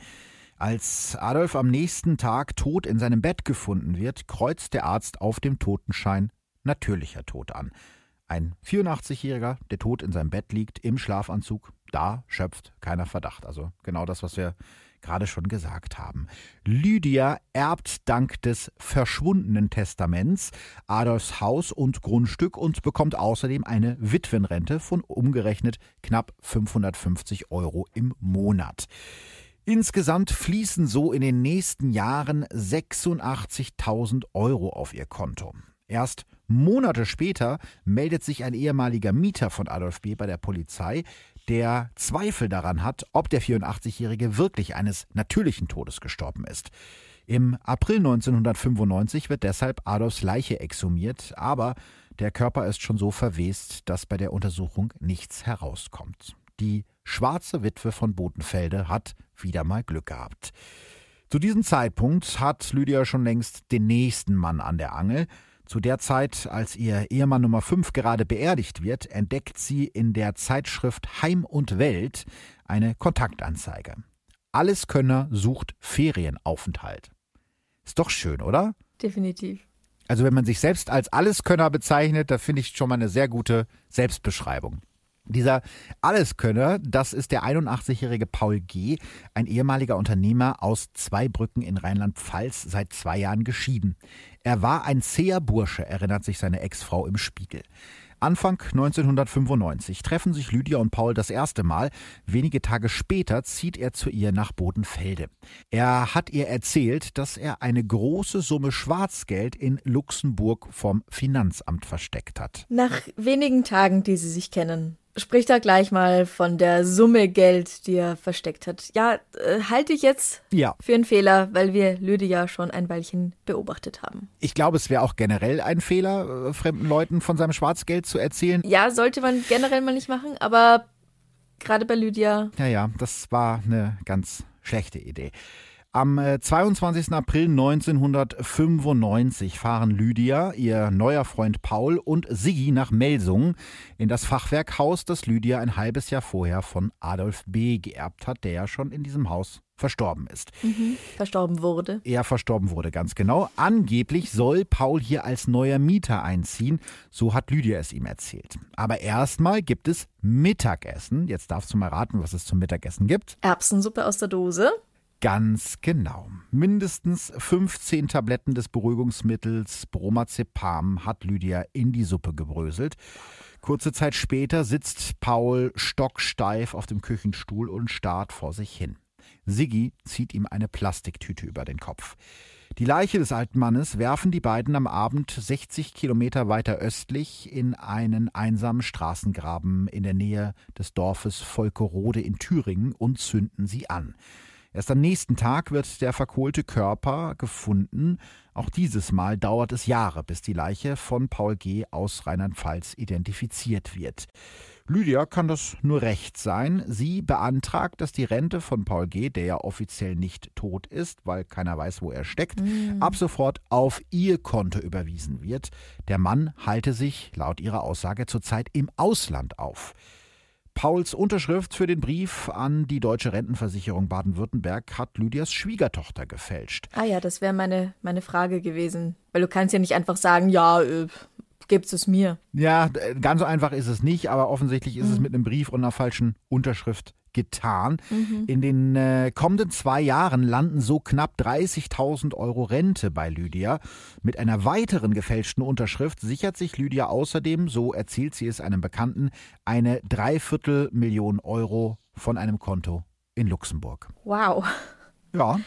Als Adolf am nächsten Tag tot in seinem Bett gefunden wird, kreuzt der Arzt auf dem Totenschein natürlicher Tod an. Ein vierundachtzigjähriger, der tot in seinem Bett liegt, im Schlafanzug, da schöpft keiner Verdacht. Also genau das, was wir gerade schon gesagt haben. Lydia erbt dank des verschwundenen Testaments Adolfs Haus und Grundstück und bekommt außerdem eine Witwenrente von umgerechnet knapp fünfhundertfünfzig Euro im Monat. Insgesamt fließen so in den nächsten Jahren sechsundachtzigtausend Euro auf ihr Konto. Erst Monate später meldet sich ein ehemaliger Mieter von Adolf B. bei der Polizei, der Zweifel daran hat, ob der vierundachtzigjährige wirklich eines natürlichen Todes gestorben ist. Im April neunzehnhundertfünfundneunzig wird deshalb Adolfs Leiche exhumiert, aber der Körper ist schon so verwest, dass bei der Untersuchung nichts herauskommt. Die schwarze Witwe von Bodenfelde hat wieder mal Glück gehabt. Zu diesem Zeitpunkt hat Lydia schon längst den nächsten Mann an der Angel. Zu der Zeit, als ihr Ehemann Nummer fünf gerade beerdigt wird, entdeckt sie in der Zeitschrift Heim und Welt eine Kontaktanzeige. Alleskönner sucht Ferienaufenthalt. Ist doch schön, oder? Definitiv. Also wenn man sich selbst als Alleskönner bezeichnet, da finde ich schon mal eine sehr gute Selbstbeschreibung. Dieser Alleskönner, das ist der einundachtzigjährige Paul G., ein ehemaliger Unternehmer aus Zweibrücken in Rheinland-Pfalz, seit zwei Jahren geschieden. Er war ein zäher Bursche, erinnert sich seine Ex-Frau im Spiegel. Anfang neunzehnhundertfünfundneunzig treffen sich Lydia und Paul das erste Mal. Wenige Tage später zieht er zu ihr nach Bodenfelde. Er hat ihr erzählt, dass er eine große Summe Schwarzgeld in Luxemburg vom Finanzamt versteckt hat. Nach wenigen Tagen, die sie sich kennen, spricht er gleich mal von der Summe Geld, die er versteckt hat. Ja, äh, halte ich jetzt Ja. für einen Fehler, weil wir Lydia schon ein Weilchen beobachtet haben. Ich glaube, es wäre auch generell ein Fehler, äh, fremden Leuten von seinem Schwarzgeld zu erzählen. Ja, sollte man generell mal nicht machen, aber gerade bei Lydia. Ja, ja, das war eine ganz schlechte Idee. Am zweiundzwanzigsten April neunzehnhundertfünfundneunzig fahren Lydia, ihr neuer Freund Paul und Siggi nach Melsungen in das Fachwerkhaus, das Lydia ein halbes Jahr vorher von Adolf B. geerbt hat, der ja schon in diesem Haus verstorben ist. Mhm, verstorben wurde. Er verstorben wurde, ganz genau. Angeblich soll Paul hier als neuer Mieter einziehen, so hat Lydia es ihm erzählt. Aber erstmal gibt es Mittagessen. Jetzt darfst du mal raten, was es zum Mittagessen gibt. Erbsensuppe aus der Dose. Ganz genau. Mindestens fünfzehn Tabletten des Beruhigungsmittels Bromazepam hat Lydia in die Suppe gebröselt. Kurze Zeit später sitzt Paul stocksteif auf dem Küchenstuhl und starrt vor sich hin. Siggi zieht ihm eine Plastiktüte über den Kopf. Die Leiche des alten Mannes werfen die beiden am Abend sechzig Kilometer weiter östlich in einen einsamen Straßengraben in der Nähe des Dorfes Volkerode in Thüringen und zünden sie an. Erst am nächsten Tag wird der verkohlte Körper gefunden. Auch dieses Mal dauert es Jahre, bis die Leiche von Paul G. aus Rheinland-Pfalz identifiziert wird. Lydia kann das nur recht sein. Sie beantragt, dass die Rente von Paul G., der ja offiziell nicht tot ist, weil keiner weiß, wo er steckt, mm. ab sofort auf ihr Konto überwiesen wird. Der Mann halte sich, laut ihrer Aussage, zurzeit im Ausland auf. Pauls Unterschrift für den Brief an die Deutsche Rentenversicherung Baden-Württemberg hat Lydias Schwiegertochter gefälscht. Ah ja, das wäre meine, meine Frage gewesen. Weil du kannst ja nicht einfach sagen, ja, äh, gibst es mir. Ja, ganz so einfach ist es nicht, aber offensichtlich ist mhm. es mit einem Brief und einer falschen Unterschrift getan. Mhm. In den äh, kommenden zwei Jahren landen so knapp dreißigtausend Euro Rente bei Lydia. Mit einer weiteren gefälschten Unterschrift sichert sich Lydia außerdem, so erzählt sie es einem Bekannten, eine Dreiviertelmillion Euro von einem Konto in Luxemburg. Wow. Ja.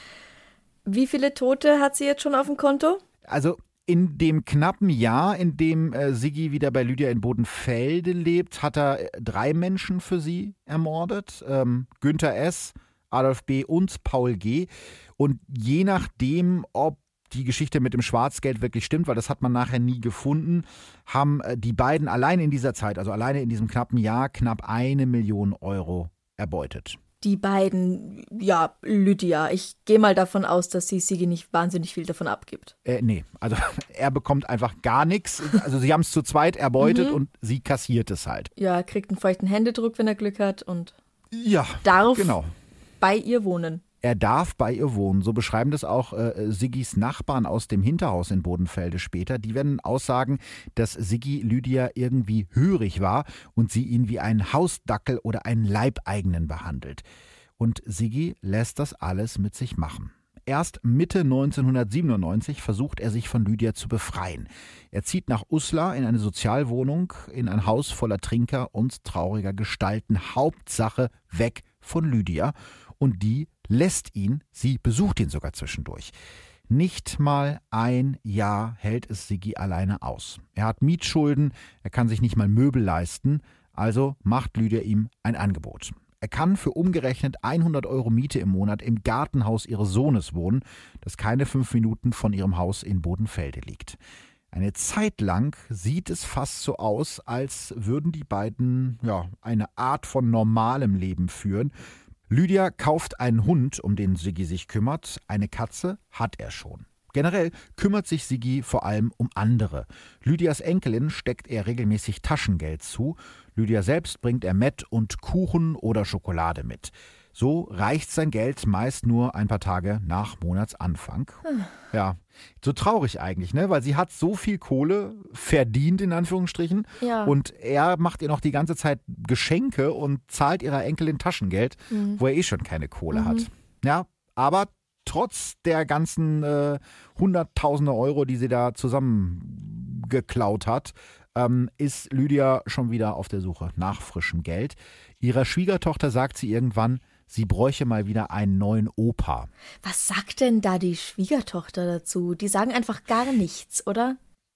Wie viele Tote hat sie jetzt schon auf dem Konto? Also in dem knappen Jahr, in dem äh, Siggi wieder bei Lydia in Bodenfelde lebt, hat er drei Menschen für sie ermordet. Ähm, Günther S., Adolf B. und Paul G. Und je nachdem, ob die Geschichte mit dem Schwarzgeld wirklich stimmt, weil das hat man nachher nie gefunden, haben äh, die beiden allein in dieser Zeit, also alleine in diesem knappen Jahr, knapp eine Million Euro erbeutet. Die beiden, ja, Lydia. Ich gehe mal davon aus, dass sie Siggi nicht wahnsinnig viel davon abgibt. Äh, nee, also er bekommt einfach gar nichts. Also sie haben es zu zweit erbeutet mhm. und sie kassiert es halt. Ja, kriegt einen feuchten Händedruck, wenn er Glück hat und ja, darf genau. bei ihr wohnen. Er darf bei ihr wohnen. So beschreiben das auch äh, Siggis Nachbarn aus dem Hinterhaus in Bodenfelde später. Die werden aussagen, dass Siggi Lydia irgendwie hörig war und sie ihn wie einen Hausdackel oder einen Leibeigenen behandelt. Und Siggi lässt das alles mit sich machen. Erst Mitte neunzehnhundertsiebenundneunzig versucht er sich von Lydia zu befreien. Er zieht nach Uslar in eine Sozialwohnung, in ein Haus voller Trinker und trauriger Gestalten. Hauptsache weg von Lydia. Und die lässt ihn, sie besucht ihn sogar zwischendurch. Nicht mal ein Jahr hält es Siggi alleine aus. Er hat Mietschulden, er kann sich nicht mal Möbel leisten, also macht Lydia ihm ein Angebot. Er kann für umgerechnet hundert Euro Miete im Monat im Gartenhaus ihres Sohnes wohnen, das keine fünf Minuten von ihrem Haus in Bodenfelde liegt. Eine Zeit lang sieht es fast so aus, als würden die beiden ja, eine Art von normalem Leben führen. Lydia kauft einen Hund, um den Siggi sich kümmert. Eine Katze hat er schon. Generell kümmert sich Siggi vor allem um andere. Lydias Enkelin steckt er regelmäßig Taschengeld zu. Lydia selbst bringt er Mett und Kuchen oder Schokolade mit. So reicht sein Geld meist nur ein paar Tage nach Monatsanfang. Ja, so traurig eigentlich, ne? Weil sie hat so viel Kohle verdient, in Anführungsstrichen. Ja. Und er macht ihr noch die ganze Zeit Geschenke und zahlt ihrer Enkelin Taschengeld, mhm. wo er eh schon keine Kohle mhm. hat. Ja, aber trotz der ganzen äh, Hunderttausende Euro, die sie da zusammengeklaut hat, ähm, ist Lydia schon wieder auf der Suche nach frischem Geld. Ihrer Schwiegertochter sagt sie irgendwann, sie bräuche mal wieder einen neuen Opa. Was sagt denn da die Schwiegertochter dazu? Die sagen einfach gar nichts, oder?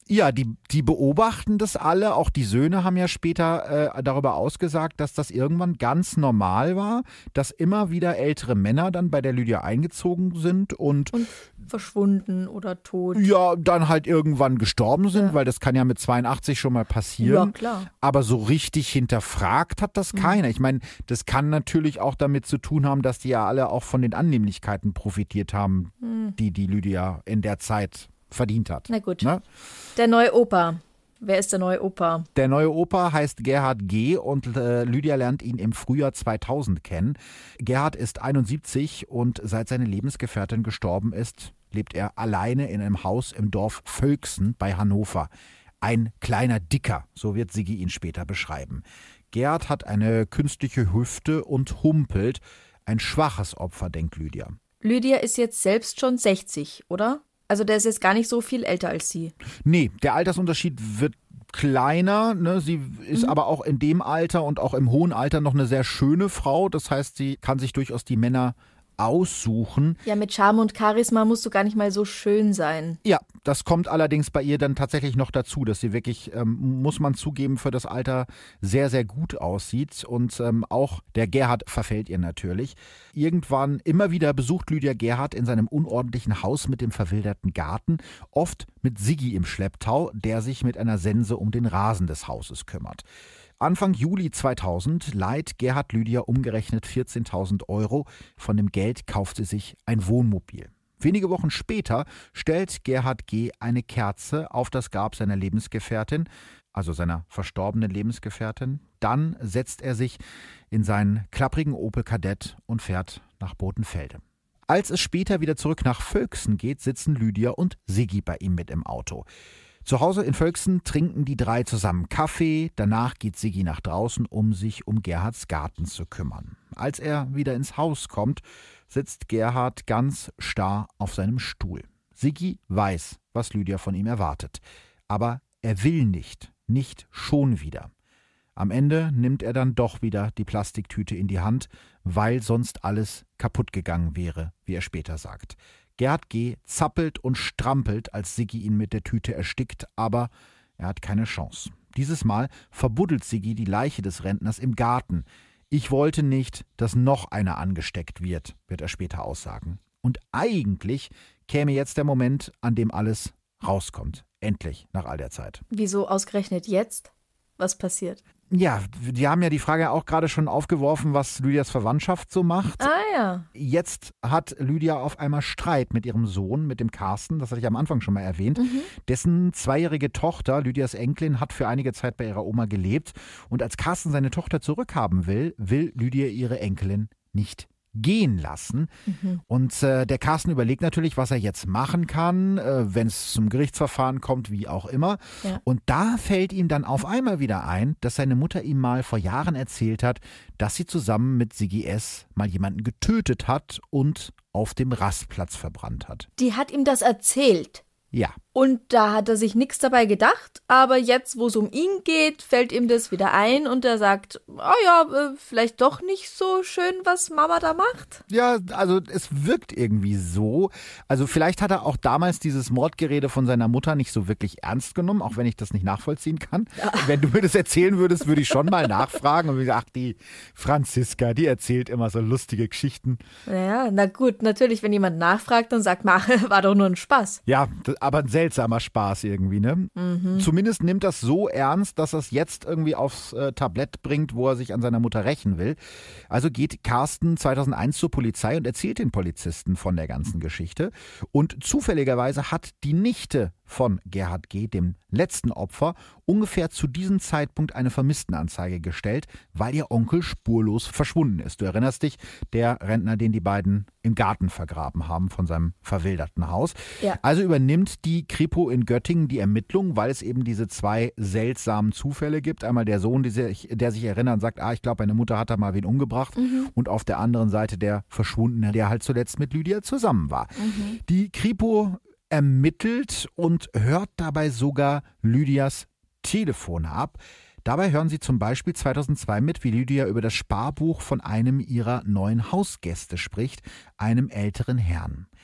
Ja, die, die beobachten das alle. Auch die Söhne haben ja später äh, darüber ausgesagt, dass das irgendwann ganz normal war, dass immer wieder ältere Männer dann bei der Lydia eingezogen sind und, und verschwunden oder tot. Ja, dann halt irgendwann gestorben sind, Ja. weil das kann ja mit zweiundachtzig schon mal passieren. Ja, klar. Aber so richtig hinterfragt hat das keiner. Ich meine, das kann natürlich auch damit zu tun haben, dass die ja alle auch von den Annehmlichkeiten profitiert haben, Hm. die die Lydia in der Zeit verdient hat. Na gut. Ne? Der neue Opa. Wer ist der neue Opa? Der neue Opa heißt Gerhard G. und äh, Lydia lernt ihn im Frühjahr zweitausend kennen. Gerhard ist einundsiebzig und seit seine Lebensgefährtin gestorben ist, lebt er alleine in einem Haus im Dorf Völksen bei Hannover. Ein kleiner Dicker, so wird Siggi ihn später beschreiben. Gerhard hat eine künstliche Hüfte und humpelt. Ein schwaches Opfer, denkt Lydia. Lydia ist jetzt selbst schon sechzig, oder? Also der ist jetzt gar nicht so viel älter als sie. Nee, der Altersunterschied wird kleiner. Ne? Sie ist Mhm. aber auch in dem Alter und auch im hohen Alter noch eine sehr schöne Frau. Das heißt, sie kann sich durchaus die Männer aussuchen. Ja, mit Charme und Charisma musst du gar nicht mal so schön sein. Ja, das kommt allerdings bei ihr dann tatsächlich noch dazu, dass sie wirklich, ähm, muss man zugeben, für das Alter sehr, sehr gut aussieht. Und ähm, auch der Gerhard verfällt ihr natürlich. Irgendwann immer wieder besucht Lydia Gerhard in seinem unordentlichen Haus mit dem verwilderten Garten, oft mit Siggi im Schlepptau, der sich mit einer Sense um den Rasen des Hauses kümmert. Anfang Juli zweitausend leiht Gerhard Lydia umgerechnet vierzehntausend Euro. Von dem Geld kauft sie sich ein Wohnmobil. Wenige Wochen später stellt Gerhard G. eine Kerze auf das Grab seiner Lebensgefährtin, also seiner verstorbenen Lebensgefährtin. Dann setzt er sich in seinen klapprigen Opel Kadett und fährt nach Bodenfelde. Als es später wieder zurück nach Völksen geht, sitzen Lydia und Siggi bei ihm mit im Auto. Zu Hause in Völksen trinken die drei zusammen Kaffee. Danach geht Siggi nach draußen, um sich um Gerhards Garten zu kümmern. Als er wieder ins Haus kommt, sitzt Gerhard ganz starr auf seinem Stuhl. Siggi weiß, was Lydia von ihm erwartet. Aber er will nicht, nicht schon wieder. Am Ende nimmt er dann doch wieder die Plastiktüte in die Hand, weil sonst alles kaputt gegangen wäre, wie er später sagt. Gerhard G. zappelt und strampelt, als Siggi ihn mit der Tüte erstickt, aber er hat keine Chance. Dieses Mal verbuddelt Siggi die Leiche des Rentners im Garten. Ich wollte nicht, dass noch einer angesteckt wird, wird er später aussagen. Und eigentlich käme jetzt der Moment, an dem alles rauskommt. Endlich, nach all der Zeit. Wieso ausgerechnet jetzt? Was passiert? Ja, die haben ja die Frage auch gerade schon aufgeworfen, was Lydias Verwandtschaft so macht. Ah ja. Jetzt hat Lydia auf einmal Streit mit ihrem Sohn, mit dem Carsten, das hatte ich am Anfang schon mal erwähnt. Mhm. Dessen zweijährige Tochter, Lydias Enkelin, hat für einige Zeit bei ihrer Oma gelebt. Und als Carsten seine Tochter zurückhaben will, will Lydia ihre Enkelin nicht gehen lassen. Mhm. Und äh, der Carsten überlegt natürlich, was er jetzt machen kann, äh, wenn es zum Gerichtsverfahren kommt, wie auch immer. Ja. Und da fällt ihm dann auf einmal wieder ein, dass seine Mutter ihm mal vor Jahren erzählt hat, dass sie zusammen mit Siggi S. mal jemanden getötet hat und auf dem Rastplatz verbrannt hat. Die hat ihm das erzählt. Ja. Und da hat er sich nichts dabei gedacht, aber jetzt, wo es um ihn geht, fällt ihm das wieder ein und er sagt, oh ja, äh, vielleicht doch nicht so schön, was Mama da macht. Ja, also es wirkt irgendwie so. Also vielleicht hat er auch damals dieses Mordgerede von seiner Mutter nicht so wirklich ernst genommen, auch wenn ich das nicht nachvollziehen kann. Ja. Wenn du mir das erzählen würdest, würde ich schon mal nachfragen und würde sagen, ach, die Franziska, die erzählt immer so lustige Geschichten. Naja, na gut, natürlich, wenn jemand nachfragt, dann sagt man, war doch nur ein Spaß. Ja, aber ein seltsamer Spaß irgendwie, ne? Mhm. Zumindest nimmt das so ernst, dass er es jetzt irgendwie aufs äh, Tablett bringt, wo er sich an seiner Mutter rächen will. Also geht Carsten zweitausendeins zur Polizei und erzählt den Polizisten von der ganzen Geschichte. Und zufälligerweise hat die Nichte von Gerhard G., dem letzten Opfer, ungefähr zu diesem Zeitpunkt eine Vermisstenanzeige gestellt, weil ihr Onkel spurlos verschwunden ist. Du erinnerst dich, der Rentner, den die beiden im Garten vergraben haben von seinem verwilderten Haus. Ja. Also übernimmt die Kripo in Göttingen die Ermittlung, weil es eben diese zwei seltsamen Zufälle gibt. Einmal der Sohn, der sich, der sich erinnert und sagt, ah, ich glaube, meine Mutter hat da mal wen umgebracht. Mhm. Und auf der anderen Seite der Verschwundene, der halt zuletzt mit Lydia zusammen war. Mhm. Die Kripo ermittelt und hört dabei sogar Lydias Telefon ab. Dabei hören sie zum Beispiel zweitausendzwei mit, wie Lydia über das Sparbuch von einem ihrer neuen Hausgäste spricht, einem älteren Herrn.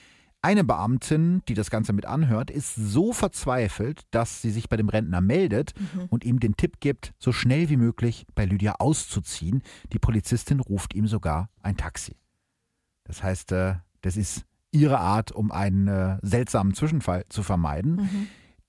Eine Beamtin, die das Ganze mit anhört, ist so verzweifelt, dass sie sich bei dem Rentner meldet mhm. und ihm den Tipp gibt, so schnell wie möglich bei Lydia auszuziehen. Die Polizistin ruft ihm sogar ein Taxi. Das heißt, das ist ihre Art, um einen äh, seltsamen Zwischenfall zu vermeiden. Mhm.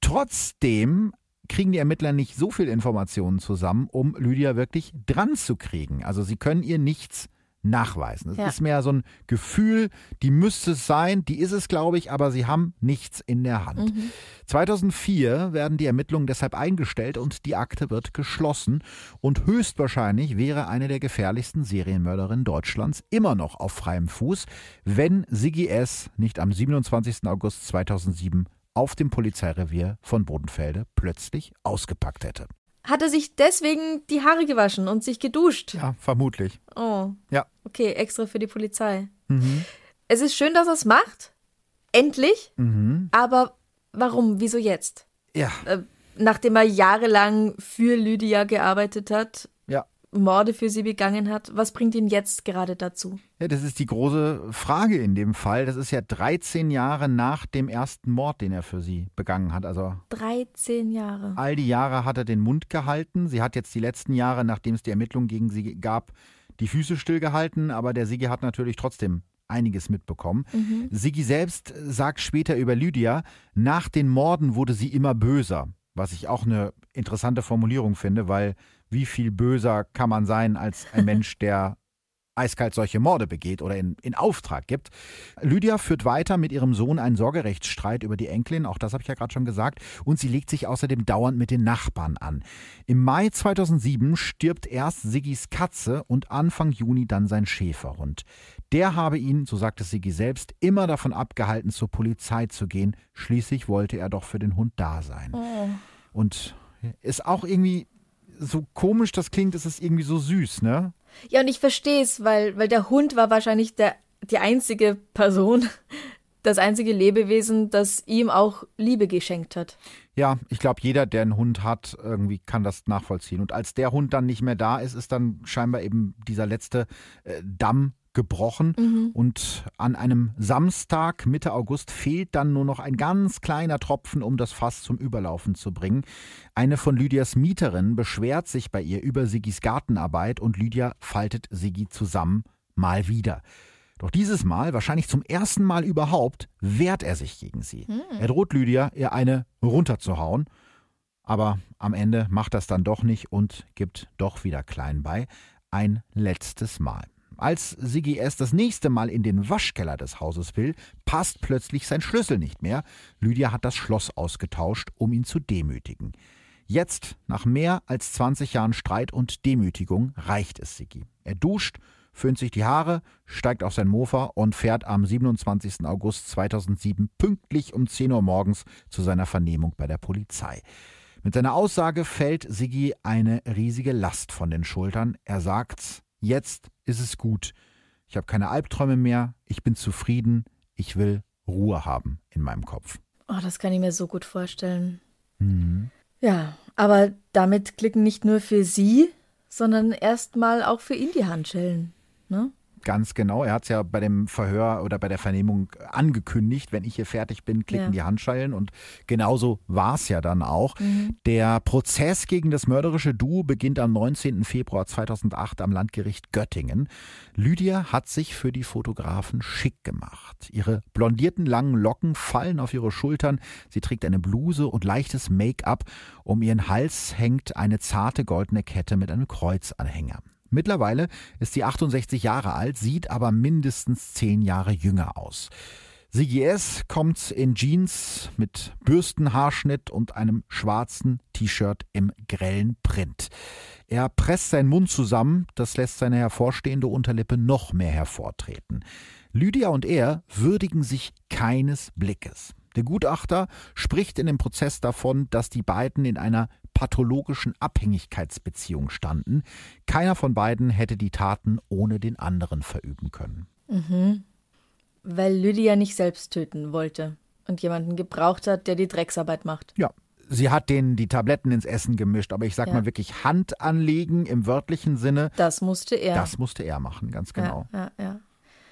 Trotzdem kriegen die Ermittler nicht so viel Informationen zusammen, um Lydia wirklich dran zu kriegen. Also sie können ihr nichts nachweisen. Es ja. ist mehr so ein Gefühl, die müsste es sein, die ist es, glaube ich, aber sie haben nichts in der Hand. Mhm. zweitausendvier werden die Ermittlungen deshalb eingestellt und die Akte wird geschlossen. Und höchstwahrscheinlich wäre eine der gefährlichsten Serienmörderinnen Deutschlands immer noch auf freiem Fuß, wenn Siggi S. nicht am siebenundzwanzigsten August zweitausendsieben auf dem Polizeirevier von Bodenfelde plötzlich ausgepackt hätte. Hat er sich deswegen die Haare gewaschen und sich geduscht? Ja, vermutlich. Oh. Ja. Okay, extra für die Polizei. Mhm. Es ist schön, dass er es macht. Endlich. Mhm. Aber warum? Wieso jetzt? Ja. Äh, nachdem er jahrelang für Lydia gearbeitet hat, ja. Morde für sie begangen hat, was bringt ihn jetzt gerade dazu? Ja, das ist die große Frage in dem Fall. Das ist ja dreizehn Jahre nach dem ersten Mord, den er für sie begangen hat. Also dreizehn Jahre. All die Jahre hat er den Mund gehalten. Sie hat jetzt die letzten Jahre, nachdem es die Ermittlungen gegen sie gab, die Füße stillgehalten. Aber der Siggi hat natürlich trotzdem einiges mitbekommen. Mhm. Siggi selbst sagt später über Lydia, nach den Morden wurde sie immer böser. Was ich auch eine interessante Formulierung finde, weil wie viel böser kann man sein als ein Mensch, der eiskalt solche Morde begeht oder in, in Auftrag gibt. Lydia führt weiter mit ihrem Sohn einen Sorgerechtsstreit über die Enkelin, auch das habe ich ja gerade schon gesagt, und sie legt sich außerdem dauernd mit den Nachbarn an. Im Mai zweitausendsieben stirbt erst Siggis Katze und Anfang Juni dann sein Schäferhund. Der habe ihn, so sagt es Siggi selbst, immer davon abgehalten, zur Polizei zu gehen. Schließlich wollte er doch für den Hund da sein. Oh. Und ist auch irgendwie so komisch das klingt, ist es irgendwie so süß, ne? Ja, und ich verstehe es, weil, weil der Hund war wahrscheinlich der, die einzige Person, das einzige Lebewesen, das ihm auch Liebe geschenkt hat. Ja, ich glaube, jeder, der einen Hund hat, irgendwie kann das nachvollziehen. Und als der Hund dann nicht mehr da ist, ist dann scheinbar eben dieser letzte äh, Damm gebrochen. Mhm. Und an einem Samstag, Mitte August, fehlt dann nur noch ein ganz kleiner Tropfen, um das Fass zum Überlaufen zu bringen. Eine von Lydias Mieterinnen beschwert sich bei ihr über Siggis Gartenarbeit und Lydia faltet Siggi zusammen, mal wieder. Doch dieses Mal, wahrscheinlich zum ersten Mal überhaupt, wehrt er sich gegen sie. Mhm. Er droht Lydia, ihr eine runterzuhauen. Aber am Ende macht das dann doch nicht und gibt doch wieder klein bei. Ein letztes Mal. Als Siggi S. das nächste Mal in den Waschkeller des Hauses will, passt plötzlich sein Schlüssel nicht mehr. Lydia hat das Schloss ausgetauscht, um ihn zu demütigen. Jetzt, nach mehr als zwanzig Jahren Streit und Demütigung, reicht es Siggi. Er duscht, föhnt sich die Haare, steigt auf sein Mofa und fährt am siebenundzwanzigsten August zweitausendsieben pünktlich um zehn Uhr morgens zu seiner Vernehmung bei der Polizei. Mit seiner Aussage fällt Siggi eine riesige Last von den Schultern. Er sagt: Jetzt ist es gut. Ich habe keine Albträume mehr. Ich bin zufrieden. Ich will Ruhe haben in meinem Kopf. Oh, das kann ich mir so gut vorstellen. Mhm. Ja, aber damit klicken nicht nur für sie, sondern erstmal auch für ihn die Handschellen, ne? Ganz genau. Er hat es ja bei dem Verhör oder bei der Vernehmung angekündigt, wenn ich hier fertig bin, klicken ja. die Handschellen. Und genauso war es ja dann auch. Mhm. Der Prozess gegen das mörderische Duo beginnt am neunzehnten Februar zweitausendacht am Landgericht Göttingen. Lydia hat sich für die Fotografen schick gemacht. Ihre blondierten langen Locken fallen auf ihre Schultern. Sie trägt eine Bluse und leichtes Make-up. Um ihren Hals hängt eine zarte goldene Kette mit einem Kreuzanhänger. Mittlerweile ist sie achtundsechzig Jahre alt, sieht aber mindestens zehn Jahre jünger aus. Siggi S. kommt in Jeans mit Bürstenhaarschnitt und einem schwarzen T-Shirt im grellen Print. Er presst seinen Mund zusammen, das lässt seine hervorstehende Unterlippe noch mehr hervortreten. Lydia und er würdigen sich keines Blickes. Der Gutachter spricht in dem Prozess davon, dass die beiden in einer pathologischen Abhängigkeitsbeziehung standen. Keiner von beiden hätte die Taten ohne den anderen verüben können. Mhm. Weil Lydia nicht selbst töten wollte und jemanden gebraucht hat, der die Drecksarbeit macht. Ja. Sie hat denen die Tabletten ins Essen gemischt, aber ich sag ja. mal wirklich Hand anlegen im wörtlichen Sinne. Das musste er. Das musste er machen, ganz genau. Ja, ja, ja.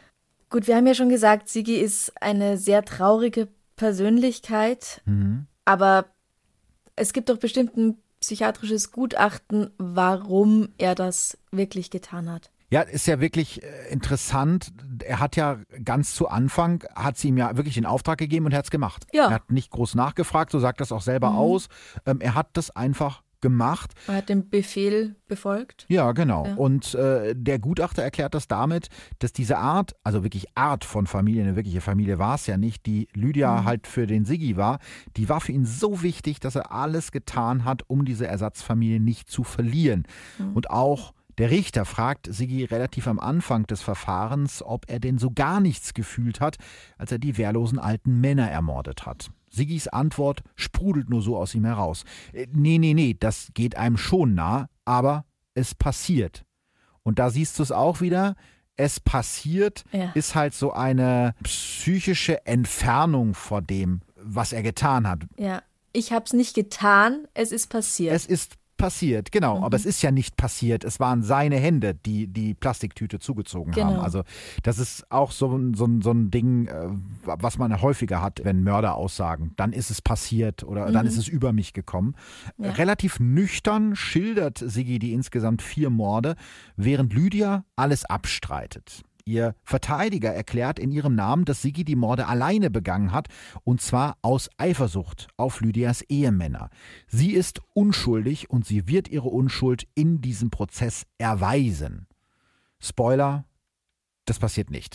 Gut, wir haben ja schon gesagt, Sigi ist eine sehr traurige Persönlichkeit, Mhm. aber es gibt doch bestimmt ein psychiatrisches Gutachten, warum er das wirklich getan hat. Ja, ist ja wirklich äh, interessant. Er hat ja ganz zu Anfang, hat sie ihm ja wirklich den Auftrag gegeben und er hat es gemacht. Ja. Er hat nicht groß nachgefragt, so sagt das auch selber Mhm. aus. Ähm, er hat das einfach gemacht. Er hat den Befehl befolgt. Ja, genau. Ja. Und äh, der Gutachter erklärt das damit, dass diese Art, also wirklich Art von Familie, eine wirkliche Familie war es ja nicht, die Lydia Mhm. halt für den Sigi war, die war für ihn so wichtig, dass er alles getan hat, um diese Ersatzfamilie nicht zu verlieren. Mhm. Und auch der Richter fragt Sigi relativ am Anfang des Verfahrens, ob er denn so gar nichts gefühlt hat, als er die wehrlosen alten Männer ermordet hat. Sigis Antwort sprudelt nur so aus ihm heraus. Äh, Nee, nee, nee, das geht einem schon nah, aber es passiert. Und da siehst du es auch wieder, es passiert, Ja. ist halt so eine psychische Entfernung vor dem, was er getan hat. Ja. Ich hab's nicht getan, es ist passiert. Es ist passiert, genau. Mhm. Aber es ist ja nicht passiert. Es waren seine Hände, die die Plastiktüte zugezogen haben. Genau. Also das ist auch so, ein- so, ein- so ein Ding, äh, was man häufiger hat, wenn Mörder aussagen. Dann ist es passiert oder dann Mhm. ist es über mich gekommen. Ja. Relativ nüchtern schildert Sigi die insgesamt vier Morde, während Lydia alles abstreitet. Ihr Verteidiger erklärt in ihrem Namen, dass Sigi die Morde alleine begangen hat, und zwar aus Eifersucht auf Lydias Ehemänner. Sie ist unschuldig und sie wird ihre Unschuld in diesem Prozess erweisen. Spoiler, das passiert nicht.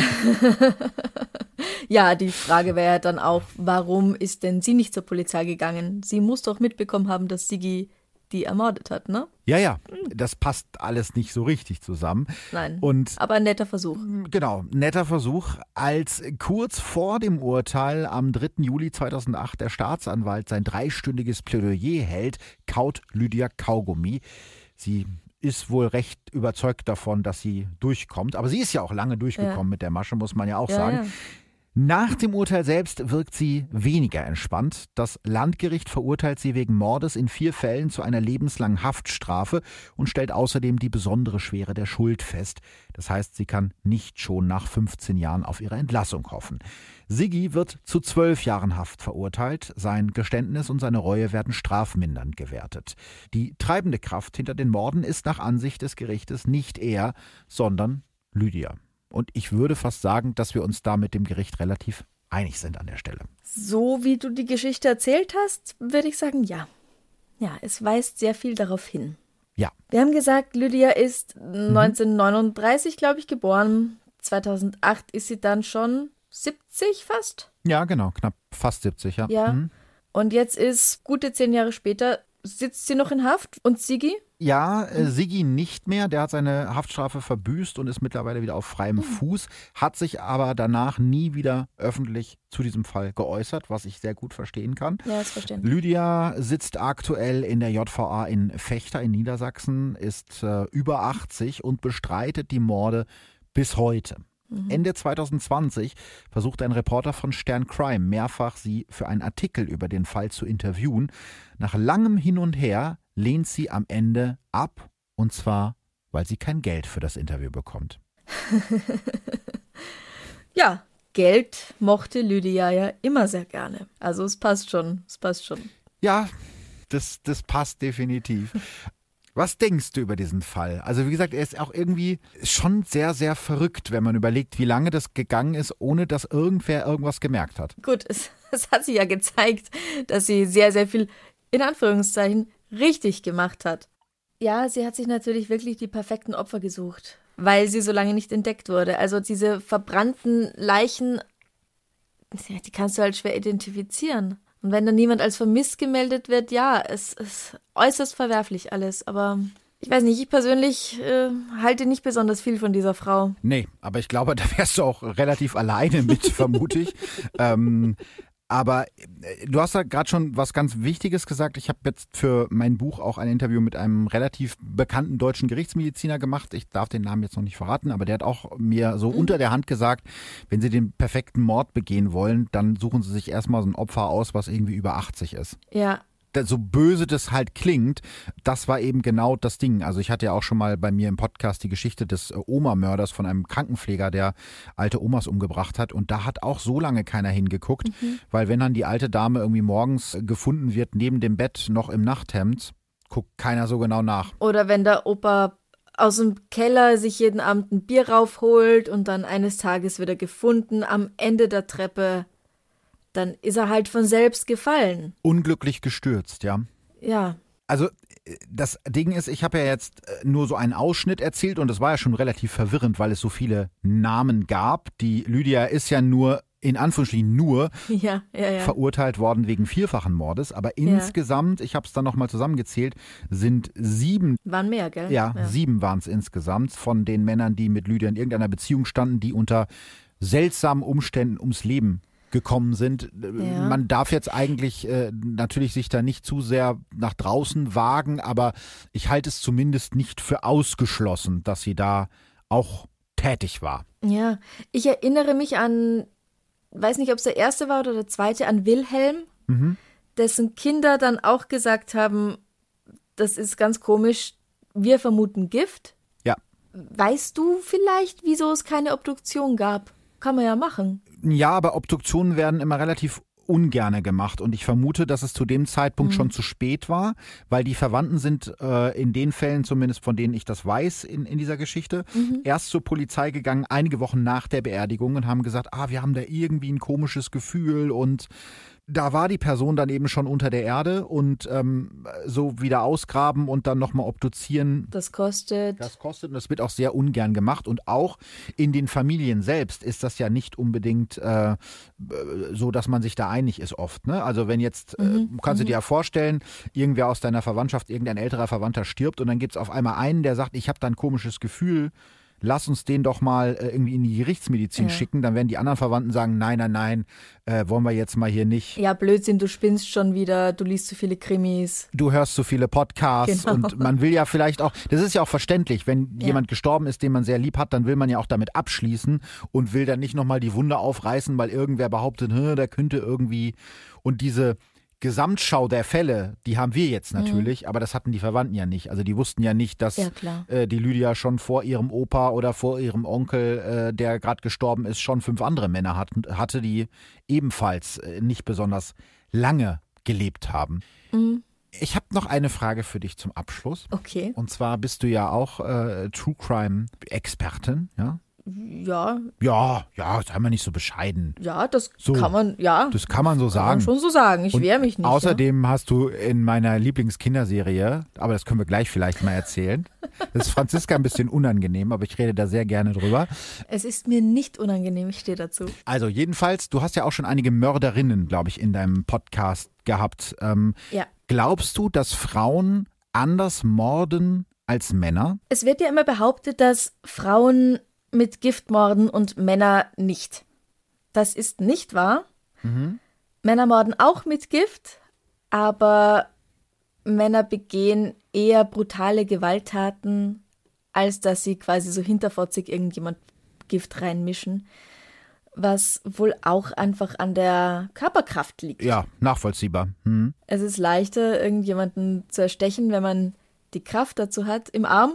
Ja, die Frage wäre dann auch, warum ist denn sie nicht zur Polizei gegangen? Sie muss doch mitbekommen haben, dass Sigi die ermordet hat, ne? Ja, ja, das passt alles nicht so richtig zusammen. Nein. Und Aber ein netter Versuch. Genau, netter Versuch. Als kurz vor dem Urteil am dritten Juli zweitausendacht der Staatsanwalt sein dreistündiges Plädoyer hält, kaut Lydia Kaugummi. Sie ist wohl recht überzeugt davon, dass sie durchkommt. Aber sie ist ja auch lange durchgekommen Ja. mit der Masche, muss man ja auch Ja, sagen. ja. Nach dem Urteil selbst wirkt sie weniger entspannt. Das Landgericht verurteilt sie wegen Mordes in vier Fällen zu einer lebenslangen Haftstrafe und stellt außerdem die besondere Schwere der Schuld fest. Das heißt, sie kann nicht schon nach fünfzehn Jahren auf ihre Entlassung hoffen. Sigi wird zu zwölf Jahren Haft verurteilt. Sein Geständnis und seine Reue werden strafmindernd gewertet. Die treibende Kraft hinter den Morden ist nach Ansicht des Gerichtes nicht er, sondern Lydia. Und ich würde fast sagen, dass wir uns da mit dem Gericht relativ einig sind an der Stelle. So wie du die Geschichte erzählt hast, würde ich sagen, ja. Ja, es weist sehr viel darauf hin. Ja, Wir haben gesagt, Lydia ist neunzehnhundertneununddreißig, glaube ich, geboren. zweitausendacht ist sie dann schon siebzig fast. ja, genau, knapp fast siebzig, ja. Ja. Mhm. Und jetzt ist gute zehn Jahre später, sitzt sie noch in Haft. Und Sigi? Ja, äh, Sigi nicht mehr. Der hat seine Haftstrafe verbüßt und ist mittlerweile wieder auf freiem Fuß, hat sich aber danach nie wieder öffentlich zu diesem Fall geäußert, was ich sehr gut verstehen kann. Ja, ist verständlich. Lydia sitzt aktuell in der J V A in Vechta in Niedersachsen, ist äh, über achtzig und bestreitet die Morde bis heute. Ende zweitausendzwanzig versuchte ein Reporter von Stern Crime mehrfach, sie für einen Artikel über den Fall zu interviewen. Nach langem Hin und Her lehnt sie am Ende ab, und zwar, weil sie kein Geld für das Interview bekommt. Ja, Geld mochte Lydia ja immer sehr gerne. Also es passt schon, es passt schon. Ja, das, das passt definitiv. Was denkst du über diesen Fall? Also wie gesagt, er ist auch irgendwie schon sehr, sehr verrückt, wenn man überlegt, wie lange das gegangen ist, ohne dass irgendwer irgendwas gemerkt hat. Gut, es, es hat sie ja gezeigt, dass sie sehr, sehr viel, in Anführungszeichen, richtig gemacht hat. Ja, sie hat sich natürlich wirklich die perfekten Opfer gesucht, weil sie so lange nicht entdeckt wurde. Also diese verbrannten Leichen, ja, die kannst du halt schwer identifizieren. Und wenn dann niemand als vermisst gemeldet wird, ja, es ist äußerst verwerflich alles. Aber ich weiß nicht, ich persönlich äh, halte nicht besonders viel von dieser Frau. Nee, aber ich glaube, da wärst du auch relativ alleine mit, vermute ich. ähm, aber äh, du hast da gerade schon was ganz Wichtiges gesagt. Ich habe jetzt für mein Buch auch ein Interview mit einem relativ bekannten deutschen Gerichtsmediziner gemacht. Ich darf den Namen jetzt noch nicht verraten, aber der hat auch mir so Mhm. unter der Hand gesagt, wenn Sie den perfekten Mord begehen wollen, dann suchen Sie sich erstmal so ein Opfer aus, was irgendwie über achtzig ist. Ja, so böse das halt klingt, das war eben genau das Ding. Also ich hatte ja auch schon mal bei mir im Podcast die Geschichte des Oma-Mörders von einem Krankenpfleger, der alte Omas umgebracht hat. Und da hat auch so lange keiner hingeguckt, mhm. weil wenn dann die alte Dame irgendwie morgens gefunden wird, neben dem Bett noch im Nachthemd, guckt keiner so genau nach. Oder wenn der Opa aus dem Keller sich jeden Abend ein Bier raufholt und dann eines Tages wieder gefunden am Ende der Treppe, dann ist er halt von selbst gefallen. Unglücklich gestürzt, ja. Ja. Also das Ding ist, ich habe ja jetzt nur so einen Ausschnitt erzählt und das war ja schon relativ verwirrend, weil es so viele Namen gab. Die Lydia ist ja nur, in Anführungsstrichen nur, ja, ja, ja. verurteilt worden wegen vierfachen Mordes. Aber ja. insgesamt, ich habe es dann nochmal zusammengezählt, sind sieben. Waren mehr, gell? Ja, ja. sieben waren es insgesamt von den Männern, die mit Lydia in irgendeiner Beziehung standen, die unter seltsamen Umständen ums Leben gekommen sind. Ja. Man darf jetzt eigentlich äh, natürlich sich da nicht zu sehr nach draußen wagen, aber ich halte es zumindest nicht für ausgeschlossen, dass sie da auch tätig war. Ja, ich erinnere mich an, weiß nicht, ob es der erste war oder der zweite, an Wilhelm, mhm. dessen Kinder dann auch gesagt haben, das ist ganz komisch, wir vermuten Gift. Ja. Weißt du vielleicht, wieso es keine Obduktion gab? Kann man ja machen. Ja, aber Obduktionen werden immer relativ ungerne gemacht und ich vermute, dass es zu dem Zeitpunkt mhm. schon zu spät war, weil die Verwandten sind äh, in den Fällen, zumindest von denen ich das weiß in, in dieser Geschichte, mhm. erst zur Polizei gegangen, einige Wochen nach der Beerdigung und haben gesagt, ah, wir haben da irgendwie ein komisches Gefühl und da war die Person dann eben schon unter der Erde und ähm, so wieder ausgraben und dann nochmal obduzieren. Das kostet. Das kostet und das wird auch sehr ungern gemacht. Und auch in den Familien selbst ist das ja nicht unbedingt äh, so, dass man sich da einig ist oft. Ne? Also wenn jetzt, mhm. äh, kannst du dir ja vorstellen, irgendwer aus deiner Verwandtschaft, irgendein älterer Verwandter stirbt und dann gibt es auf einmal einen, der sagt, ich habe da ein komisches Gefühl, lass uns den doch mal äh, irgendwie in die Gerichtsmedizin ja. schicken. Dann werden die anderen Verwandten sagen, nein, nein, nein, äh, wollen wir jetzt mal hier nicht. Ja, Blödsinn, du spinnst schon wieder, du liest zu viele Krimis. Du hörst zu viele Podcasts genau. und man will ja vielleicht auch, das ist ja auch verständlich, wenn ja. jemand gestorben ist, den man sehr lieb hat, dann will man ja auch damit abschließen und will dann nicht nochmal die Wunde aufreißen, weil irgendwer behauptet, der könnte irgendwie und diese Gesamtschau der Fälle, die haben wir jetzt natürlich, mhm. aber das hatten die Verwandten ja nicht. Also die wussten ja nicht, dass ja, äh, die Lydia schon vor ihrem Opa oder vor ihrem Onkel, äh, der gerade gestorben ist, schon fünf andere Männer hat, hatte, die ebenfalls äh, nicht besonders lange gelebt haben. Mhm. Ich habe noch eine Frage für dich zum Abschluss. Okay. Und zwar bist du ja auch äh, True Crime Expertin, ja? Ja. Ja, ja, sei mal nicht so bescheiden. Ja, das so, kann man, ja. Das kann man so kann sagen. Kann man schon so sagen. Ich wehre mich nicht. Außerdem ja. hast du in meiner Lieblingskinderserie, aber das können wir gleich vielleicht mal erzählen. Das ist Franziska ein bisschen unangenehm, aber ich rede da sehr gerne drüber. Es ist mir nicht unangenehm, ich stehe dazu. Also jedenfalls, du hast ja auch schon einige Mörderinnen, glaube ich, in deinem Podcast gehabt. Ähm, ja. Glaubst du, dass Frauen anders morden als Männer? Es wird ja immer behauptet, dass Frauen mit Gift morden und Männer nicht. Das ist nicht wahr. Mhm. Männer morden auch mit Gift, aber Männer begehen eher brutale Gewalttaten, als dass sie quasi so hinterfotzig irgendjemand Gift reinmischen, was wohl auch einfach an der Körperkraft liegt. Ja, nachvollziehbar. Mhm. Es ist leichter, irgendjemanden zu erstechen, wenn man die Kraft dazu hat im Arm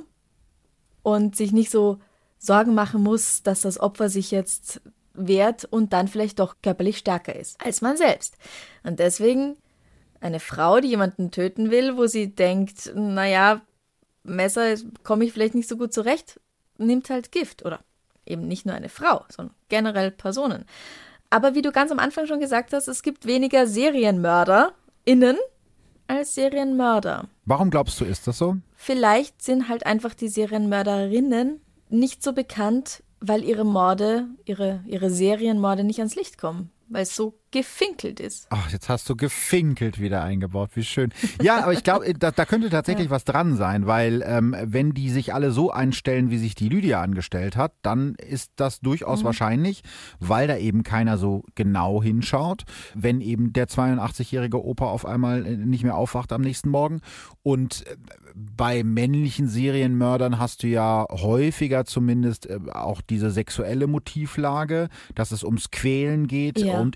und sich nicht so Sorgen machen muss, dass das Opfer sich jetzt wehrt und dann vielleicht doch körperlich stärker ist als man selbst. Und deswegen eine Frau, die jemanden töten will, wo sie denkt, naja, Messer komme ich vielleicht nicht so gut zurecht, nimmt halt Gift. Oder eben nicht nur eine Frau, sondern generell Personen. Aber wie du ganz am Anfang schon gesagt hast, es gibt weniger SerienmörderInnen als Serienmörder. Warum glaubst du, ist das so? Vielleicht sind halt einfach die Serienmörderinnen nicht so bekannt, weil ihre Morde, ihre, ihre Serienmorde nicht ans Licht kommen, weil es so gefinkelt ist. Ach, jetzt hast du gefinkelt wieder eingebaut, wie schön. Ja, aber ich glaube, da, da könnte tatsächlich ja. was dran sein, weil ähm, wenn die sich alle so einstellen, wie sich die Lydia angestellt hat, dann ist das durchaus mhm. wahrscheinlich, weil da eben keiner so genau hinschaut, wenn eben der zweiundachtzigjährige Opa auf einmal nicht mehr aufwacht am nächsten Morgen. Und bei männlichen Serienmördern hast du ja häufiger zumindest auch diese sexuelle Motivlage, dass es ums Quälen geht ja. und eben ja. auch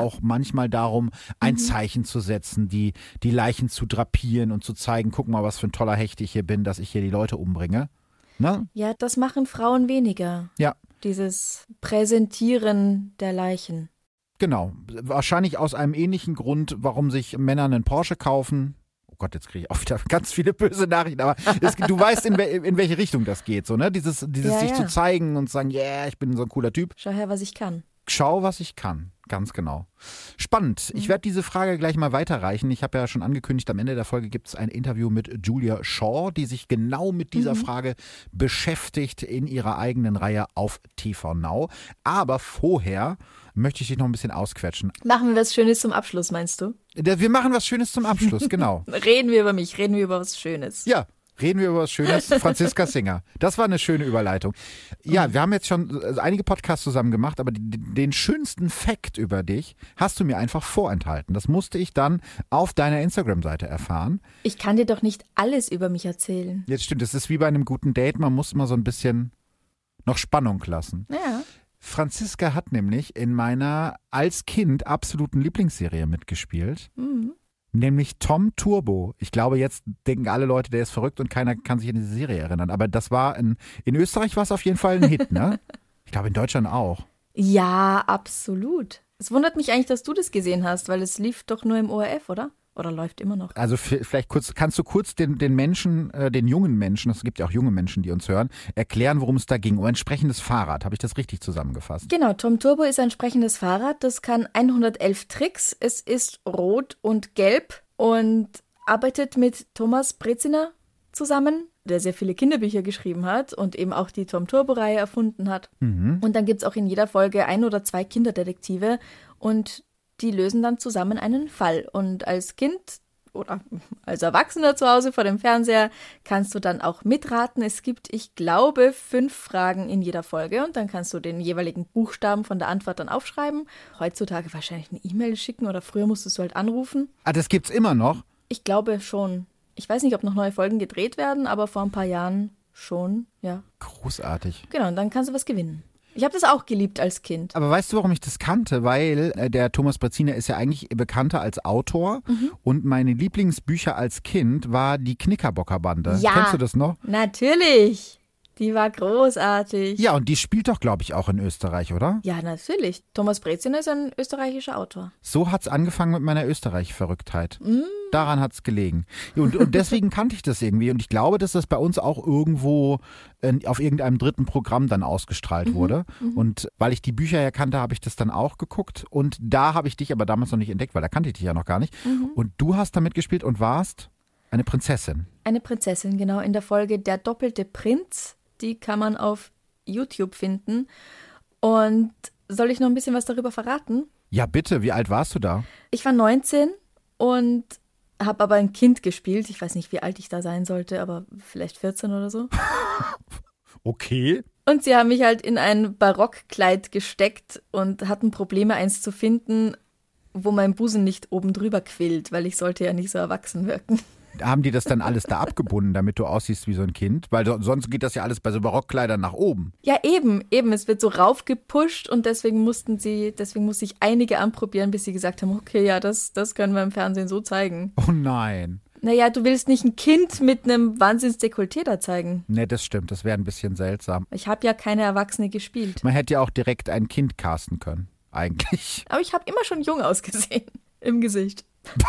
auch manchmal darum, ein Mhm. Zeichen zu setzen, die, die Leichen zu drapieren und zu zeigen, guck mal, was für ein toller Hecht ich hier bin, dass ich hier die Leute umbringe. Ne? Ja, das machen Frauen weniger. Ja. Dieses Präsentieren der Leichen. Genau. Wahrscheinlich aus einem ähnlichen Grund, warum sich Männer einen Porsche kaufen. Oh Gott, jetzt kriege ich auch wieder ganz viele böse Nachrichten, aber es, du weißt, in, wel- in welche Richtung das geht, so, ne? Dieses, dieses Ja, sich ja. zu zeigen und sagen, yeah, ich bin so ein cooler Typ. Schau her, was ich kann. Schau, was ich kann. Ganz genau. Spannend. Mhm. Ich werde diese Frage gleich mal weiterreichen. Ich habe ja schon angekündigt, am Ende der Folge gibt es ein Interview mit Julia Shaw, die sich genau mit dieser Mhm. Frage beschäftigt in ihrer eigenen Reihe auf T V Now. Aber vorher möchte ich dich noch ein bisschen ausquetschen. Machen wir was Schönes zum Abschluss, meinst du? Wir machen was Schönes zum Abschluss, genau. Reden wir über mich, reden wir über was Schönes. Ja, reden wir über was Schönes. Franziska Singer. Das war eine schöne Überleitung. Ja, wir haben jetzt schon einige Podcasts zusammen gemacht, aber den schönsten Fact über dich hast du mir einfach vorenthalten. Das musste ich dann auf deiner Instagram-Seite erfahren. Ich kann dir doch nicht alles über mich erzählen. Jetzt stimmt, es ist wie bei einem guten Date, man muss immer so ein bisschen noch Spannung lassen. Ja. Franziska hat nämlich in meiner als Kind absoluten Lieblingsserie mitgespielt. Mhm. Nämlich Tom Turbo. Ich glaube, jetzt denken alle Leute, der ist verrückt und keiner kann sich an diese Serie erinnern. Aber das war in, in Österreich war es auf jeden Fall ein Hit, ne? Ich glaube, in Deutschland auch. Ja, absolut. Es wundert mich eigentlich, dass du das gesehen hast, weil es lief doch nur im O R F, oder? Oder läuft immer noch? Also f- vielleicht kurz, kannst du kurz den, den Menschen, äh, den jungen Menschen, es gibt ja auch junge Menschen, die uns hören, erklären, worum es da ging. Um ein sprechendes Fahrrad. Habe ich das richtig zusammengefasst? Genau, Tom Turbo ist ein sprechendes Fahrrad. Das kann hundertelf Tricks. Es ist rot und gelb und arbeitet mit Thomas Breziner zusammen, der sehr viele Kinderbücher geschrieben hat und eben auch die Tom Turbo-Reihe erfunden hat. Mhm. Und dann gibt es auch in jeder Folge ein oder zwei Kinderdetektive und die lösen dann zusammen einen Fall. Und als Kind oder als Erwachsener zu Hause vor dem Fernseher kannst du dann auch mitraten. Es gibt, ich glaube, fünf Fragen in jeder Folge und dann kannst du den jeweiligen Buchstaben von der Antwort dann aufschreiben. Heutzutage wahrscheinlich eine E-Mail schicken oder früher musstest du halt anrufen. Ah, das gibt's immer noch? Ich glaube schon. Ich weiß nicht, ob noch neue Folgen gedreht werden, aber vor ein paar Jahren schon, ja. Großartig. Genau, und dann kannst du was gewinnen. Ich habe das auch geliebt als Kind. Aber weißt du, warum ich das kannte? Weil äh, der Thomas Breziner ist ja eigentlich bekannter als Autor Mhm. und meine Lieblingsbücher als Kind war die Knickerbockerbande. Ja. Kennst du das noch? Natürlich. Die war großartig. Ja, und die spielt doch, glaube ich, auch in Österreich, oder? Ja, natürlich. Thomas Breziner ist ein österreichischer Autor. So hat's angefangen mit meiner Österreich-Verrücktheit. Mm. Daran hat's gelegen. Und, und deswegen kannte ich das irgendwie. Und ich glaube, dass das bei uns auch irgendwo äh, auf irgendeinem dritten Programm dann ausgestrahlt wurde. Und weil ich die Bücher ja kannte, habe ich das dann auch geguckt. Und da habe ich dich aber damals noch nicht entdeckt, weil da kannte ich dich ja noch gar nicht. Und du hast da mitgespielt und warst eine Prinzessin. Eine Prinzessin, genau, in der Folge Der doppelte Prinz. Die kann man auf YouTube finden. Und soll ich noch ein bisschen was darüber verraten? Ja, bitte, wie alt warst du da? Ich war neunzehn und habe aber ein Kind gespielt. Ich weiß nicht, wie alt ich da sein sollte, aber vielleicht vierzehn oder so. Okay. Und sie haben mich halt in ein Barockkleid gesteckt und hatten Probleme, eins zu finden, wo mein Busen nicht oben drüber quillt, weil ich sollte ja nicht so erwachsen wirken. Haben die das dann alles da abgebunden, damit du aussiehst wie so ein Kind? Weil so- sonst geht das ja alles bei so Barockkleidern nach oben. Ja, eben, eben. Es wird so raufgepusht und deswegen mussten sie, deswegen musste ich einige anprobieren, bis sie gesagt haben, okay, ja, das, das können wir im Fernsehen so zeigen. Oh nein. Naja, du willst nicht ein Kind mit einem Wahnsinnsdekolleté da zeigen. Ne, das stimmt. Das wäre ein bisschen seltsam. Ich habe ja keine Erwachsene gespielt. Man hätte ja auch direkt ein Kind casten können. Eigentlich. Aber ich habe immer schon jung ausgesehen. Im Gesicht.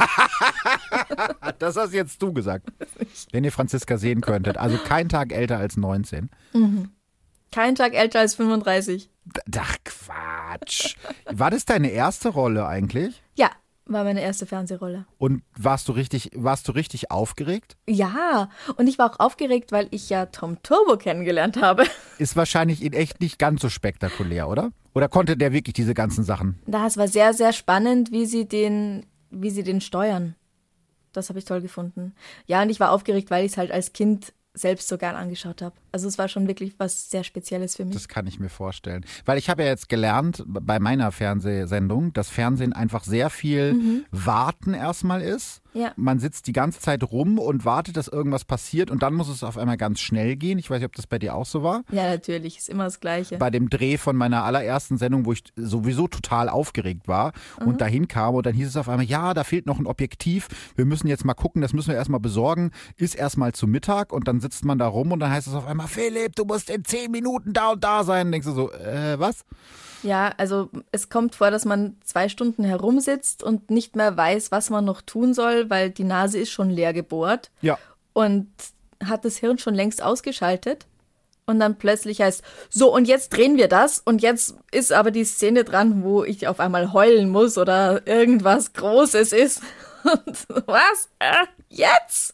Das hast jetzt du gesagt. Wenn ihr Franziska sehen könntet. Also kein Tag älter als neunzehn. Kein Tag älter als fünfunddreißig. Ach, Quatsch. War das deine erste Rolle eigentlich? Ja, war meine erste Fernsehrolle. Und warst du richtig, warst du richtig aufgeregt? Ja, und ich war auch aufgeregt, weil ich ja Tom Turbo kennengelernt habe. Ist wahrscheinlich in echt nicht ganz so spektakulär, oder? Oder konnte der wirklich diese ganzen Sachen? Das war sehr, sehr spannend, wie sie den, wie sie den steuern. Das habe ich toll gefunden. Ja, und ich war aufgeregt, weil ich es halt als Kind selbst so gern angeschaut habe. Also es war schon wirklich was sehr Spezielles für mich. Das kann ich mir vorstellen. Weil ich habe ja jetzt gelernt bei meiner Fernsehsendung, dass Fernsehen einfach sehr viel mhm. Warten erstmal ist. Ja. Man sitzt die ganze Zeit rum und wartet, dass irgendwas passiert und dann muss es auf einmal ganz schnell gehen. Ich weiß nicht, ob das bei dir auch so war. Ja, natürlich, ist immer das Gleiche. Bei dem Dreh von meiner allerersten Sendung, wo ich sowieso total aufgeregt war mhm. und dahin kam und dann hieß es auf einmal, ja, da fehlt noch ein Objektiv. Wir müssen jetzt mal gucken, das müssen wir erstmal besorgen. Ist erstmal zu Mittag und dann sitzt man da rum und dann heißt es auf einmal, Philipp, du musst in zehn Minuten da und da sein. Und denkst du so, äh, was? Ja, also es kommt vor, dass man zwei Stunden herumsitzt und nicht mehr weiß, was man noch tun soll, weil die Nase ist schon leer gebohrt. Ja. Und hat das Hirn schon längst ausgeschaltet. Und dann plötzlich heißt, so und jetzt drehen wir das und jetzt ist aber die Szene dran, wo ich auf einmal heulen muss oder irgendwas Großes ist. Und was? Äh, jetzt?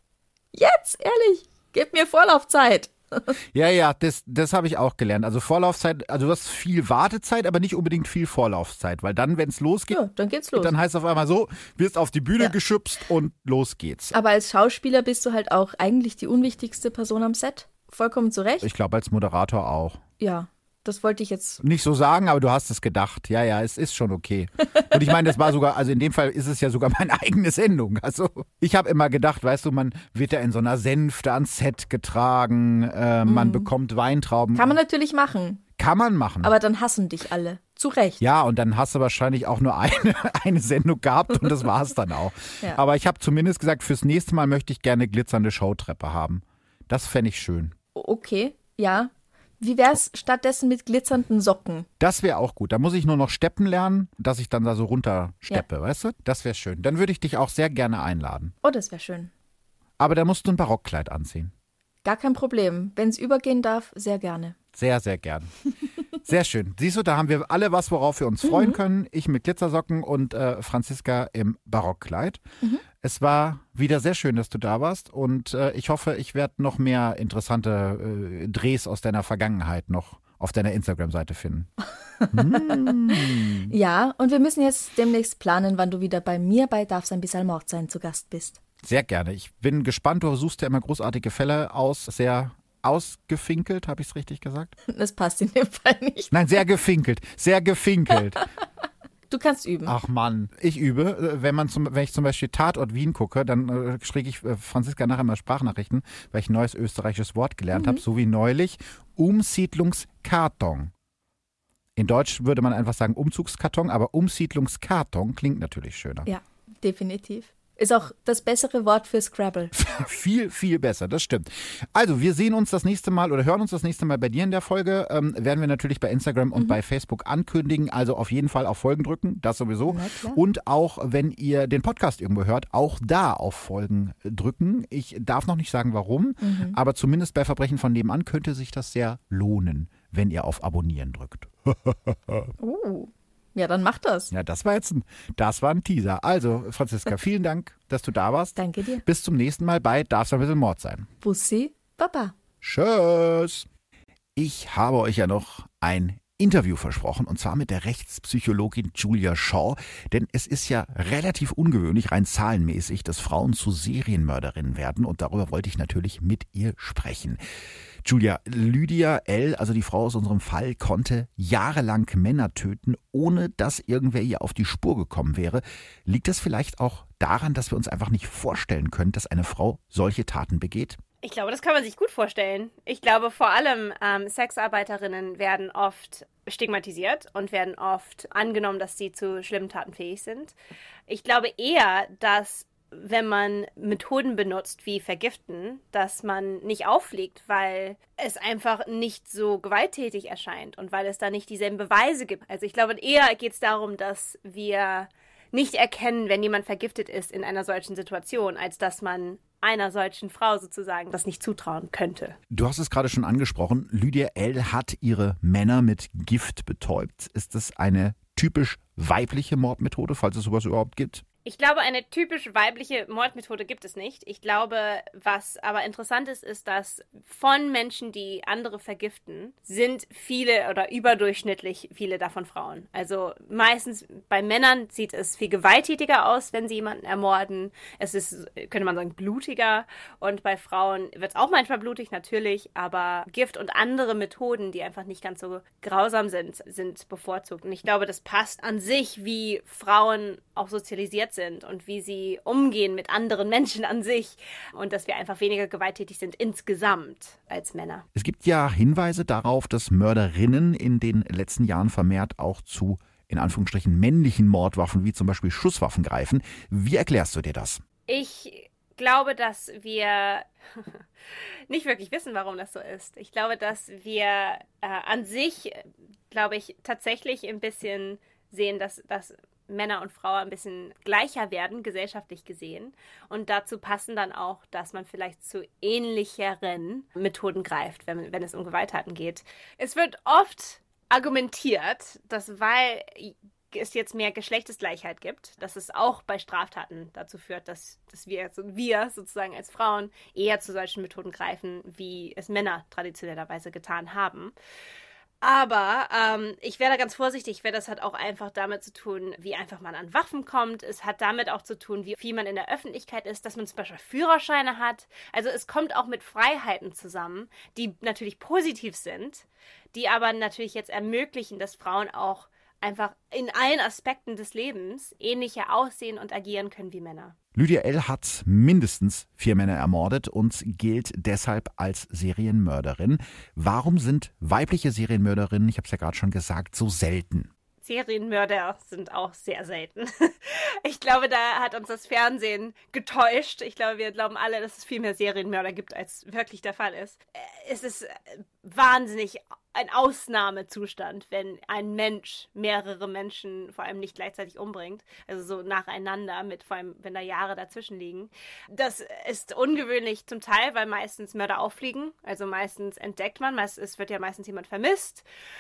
Jetzt? Ehrlich? Gib mir Vorlaufzeit. Ja, ja, das, das habe ich auch gelernt. Also Vorlaufzeit, also du hast viel Wartezeit, aber nicht unbedingt viel Vorlaufzeit, weil dann, wenn es losgeht, ja, dann geht's los. Dann heißt es auf einmal so, wirst auf die Bühne ja. geschubst und los geht's. Aber als Schauspieler bist du halt auch eigentlich die unwichtigste Person am Set. Vollkommen zu Recht. Ich glaube, als Moderator auch. Ja. Das wollte ich jetzt nicht so sagen, aber du hast es gedacht. Ja, ja, es ist schon okay. Und ich meine, das war sogar, also in dem Fall ist es ja sogar meine eigene Sendung. Also ich habe immer gedacht, weißt du, man wird ja in so einer Sänfte ans Set getragen, äh, mhm. man bekommt Weintrauben. Kann man natürlich machen. Kann man machen. Aber dann hassen dich alle. Zu Recht. Ja, und dann hast du wahrscheinlich auch nur eine, eine Sendung gehabt und das war es dann auch. Ja. Aber ich habe zumindest gesagt, fürs nächste Mal möchte ich gerne glitzernde Showtreppe haben. Das fände ich schön. Okay, ja. Wie wär's stattdessen mit glitzernden Socken? Das wäre auch gut. Da muss ich nur noch steppen lernen, dass ich dann da so runtersteppe, ja. weißt du? Das wäre schön. Dann würde ich dich auch sehr gerne einladen. Oh, das wäre schön. Aber da musst du ein Barockkleid anziehen. Gar kein Problem. Wenn es übergehen darf, sehr gerne. Sehr, sehr gern. Sehr schön. Siehst du, da haben wir alle was, worauf wir uns mhm. freuen können. Ich mit Glitzersocken und äh, Franziska im Barockkleid. Mhm. Es war wieder sehr schön, dass du da warst und äh, ich hoffe, ich werde noch mehr interessante äh, Drehs aus deiner Vergangenheit noch auf deiner Instagram-Seite finden. mm. Ja, und wir müssen jetzt demnächst planen, wann du wieder bei mir bei Darf's ein bisschen Mord sein zu Gast bist. Sehr gerne. Ich bin gespannt. Du suchst ja immer großartige Fälle aus. Sehr ausgefinkelt, habe ich es richtig gesagt? Das passt in dem Fall nicht. Nein, sehr gefinkelt. Sehr gefinkelt. Du kannst üben. Ach Mann, ich übe. Wenn, man zum, wenn ich zum Beispiel Tatort Wien gucke, dann äh, schicke ich äh, Franziska nachher mal Sprachnachrichten, weil ich ein neues österreichisches Wort gelernt mhm. habe, so wie neulich Umsiedlungskarton. In Deutsch würde man einfach sagen Umzugskarton, aber Umsiedlungskarton klingt natürlich schöner. Ja, definitiv. Ist auch das bessere Wort für Scrabble. viel, viel besser, das stimmt. Also, wir sehen uns das nächste Mal oder hören uns das nächste Mal bei dir in der Folge. Ähm, werden wir natürlich bei Instagram und mhm. bei Facebook ankündigen. Also auf jeden Fall auf Folgen drücken, das sowieso. Und auch, wenn ihr den Podcast irgendwo hört, auch da auf Folgen drücken. Ich darf noch nicht sagen, warum, mhm. aber zumindest bei Verbrechen von nebenan könnte sich das sehr lohnen, wenn ihr auf Abonnieren drückt. Oh. Ja, dann mach das. Ja, das war jetzt ein, das war ein Teaser. Also, Franziska, vielen Dank, dass du da warst. Danke dir. Bis zum nächsten Mal bei Darf's ein bisschen Mord sein. Bussi, Baba. Tschüss. Ich habe euch ja noch ein Interview versprochen und zwar mit der Rechtspsychologin Julia Shaw, denn es ist ja relativ ungewöhnlich, rein zahlenmäßig, dass Frauen zu Serienmörderinnen werden und darüber wollte ich natürlich mit ihr sprechen. Julia, Lydia L., also die Frau aus unserem Fall, konnte jahrelang Männer töten, ohne dass irgendwer ihr auf die Spur gekommen wäre. Liegt das vielleicht auch daran, dass wir uns einfach nicht vorstellen können, dass eine Frau solche Taten begeht? Ich glaube, das kann man sich gut vorstellen. Ich glaube, vor allem ähm, Sexarbeiterinnen werden oft stigmatisiert und werden oft angenommen, dass sie zu schlimmen Taten fähig sind. Ich glaube eher, dass wenn man Methoden benutzt wie Vergiften, dass man nicht auffliegt, weil es einfach nicht so gewalttätig erscheint und weil es da nicht dieselben Beweise gibt. Also ich glaube, eher geht es darum, dass wir nicht erkennen, wenn jemand vergiftet ist in einer solchen Situation, als dass man einer solchen Frau sozusagen das nicht zutrauen könnte. Du hast es gerade schon angesprochen, Lydia L. hat ihre Männer mit Gift betäubt. Ist das eine typisch weibliche Mordmethode, falls es sowas überhaupt gibt? Ich glaube, eine typisch weibliche Mordmethode gibt es nicht. Ich glaube, was aber interessant ist, ist, dass von Menschen, die andere vergiften, sind viele oder überdurchschnittlich viele davon Frauen. Also meistens bei Männern sieht es viel gewalttätiger aus, wenn sie jemanden ermorden. Es ist, könnte man sagen, blutiger. Und bei Frauen wird es auch manchmal blutig, natürlich. Aber Gift und andere Methoden, die einfach nicht ganz so grausam sind, sind bevorzugt. Und ich glaube, das passt an sich, wie Frauen auch sozialisiert sind und wie sie umgehen mit anderen Menschen an sich und dass wir einfach weniger gewalttätig sind insgesamt als Männer. Es gibt ja Hinweise darauf, dass Mörderinnen in den letzten Jahren vermehrt auch zu, in Anführungsstrichen, männlichen Mordwaffen wie zum Beispiel Schusswaffen greifen. Wie erklärst du dir das? Ich glaube, dass wir nicht wirklich wissen, warum das so ist. Ich glaube, dass wir äh, an sich, glaube ich, tatsächlich ein bisschen sehen, dass dass Männer und Frauen ein bisschen gleicher werden, gesellschaftlich gesehen. Und dazu passen dann auch, dass man vielleicht zu ähnlicheren Methoden greift, wenn, wenn es um Gewalttaten geht. Es wird oft argumentiert, dass weil es jetzt mehr Geschlechtsgleichheit gibt, dass es auch bei Straftaten dazu führt, dass, dass wir, wir sozusagen als Frauen eher zu solchen Methoden greifen, wie es Männer traditionellerweise getan haben. Aber ähm, ich wäre da ganz vorsichtig, weil das hat auch einfach damit zu tun, wie einfach man an Waffen kommt. Es hat damit auch zu tun, wie viel man in der Öffentlichkeit ist, dass man zum Beispiel Führerscheine hat. Also es kommt auch mit Freiheiten zusammen, die natürlich positiv sind, die aber natürlich jetzt ermöglichen, dass Frauen auch einfach in allen Aspekten des Lebens ähnlicher aussehen und agieren können wie Männer. Lydia L. hat mindestens vier Männer ermordet und gilt deshalb als Serienmörderin. Warum sind weibliche Serienmörderinnen, ich habe es ja gerade schon gesagt, so selten? Serienmörder sind auch sehr selten. Ich glaube, da hat uns das Fernsehen getäuscht. Ich glaube, wir glauben alle, dass es viel mehr Serienmörder gibt, als wirklich der Fall ist. Es ist wahnsinnig ein Ausnahmezustand, wenn ein Mensch mehrere Menschen vor allem nicht gleichzeitig umbringt, also so nacheinander, mit vor allem, wenn da Jahre dazwischen liegen. Das ist ungewöhnlich zum Teil, weil meistens Mörder auffliegen, also meistens entdeckt man, meist, es wird ja meistens jemand vermisst.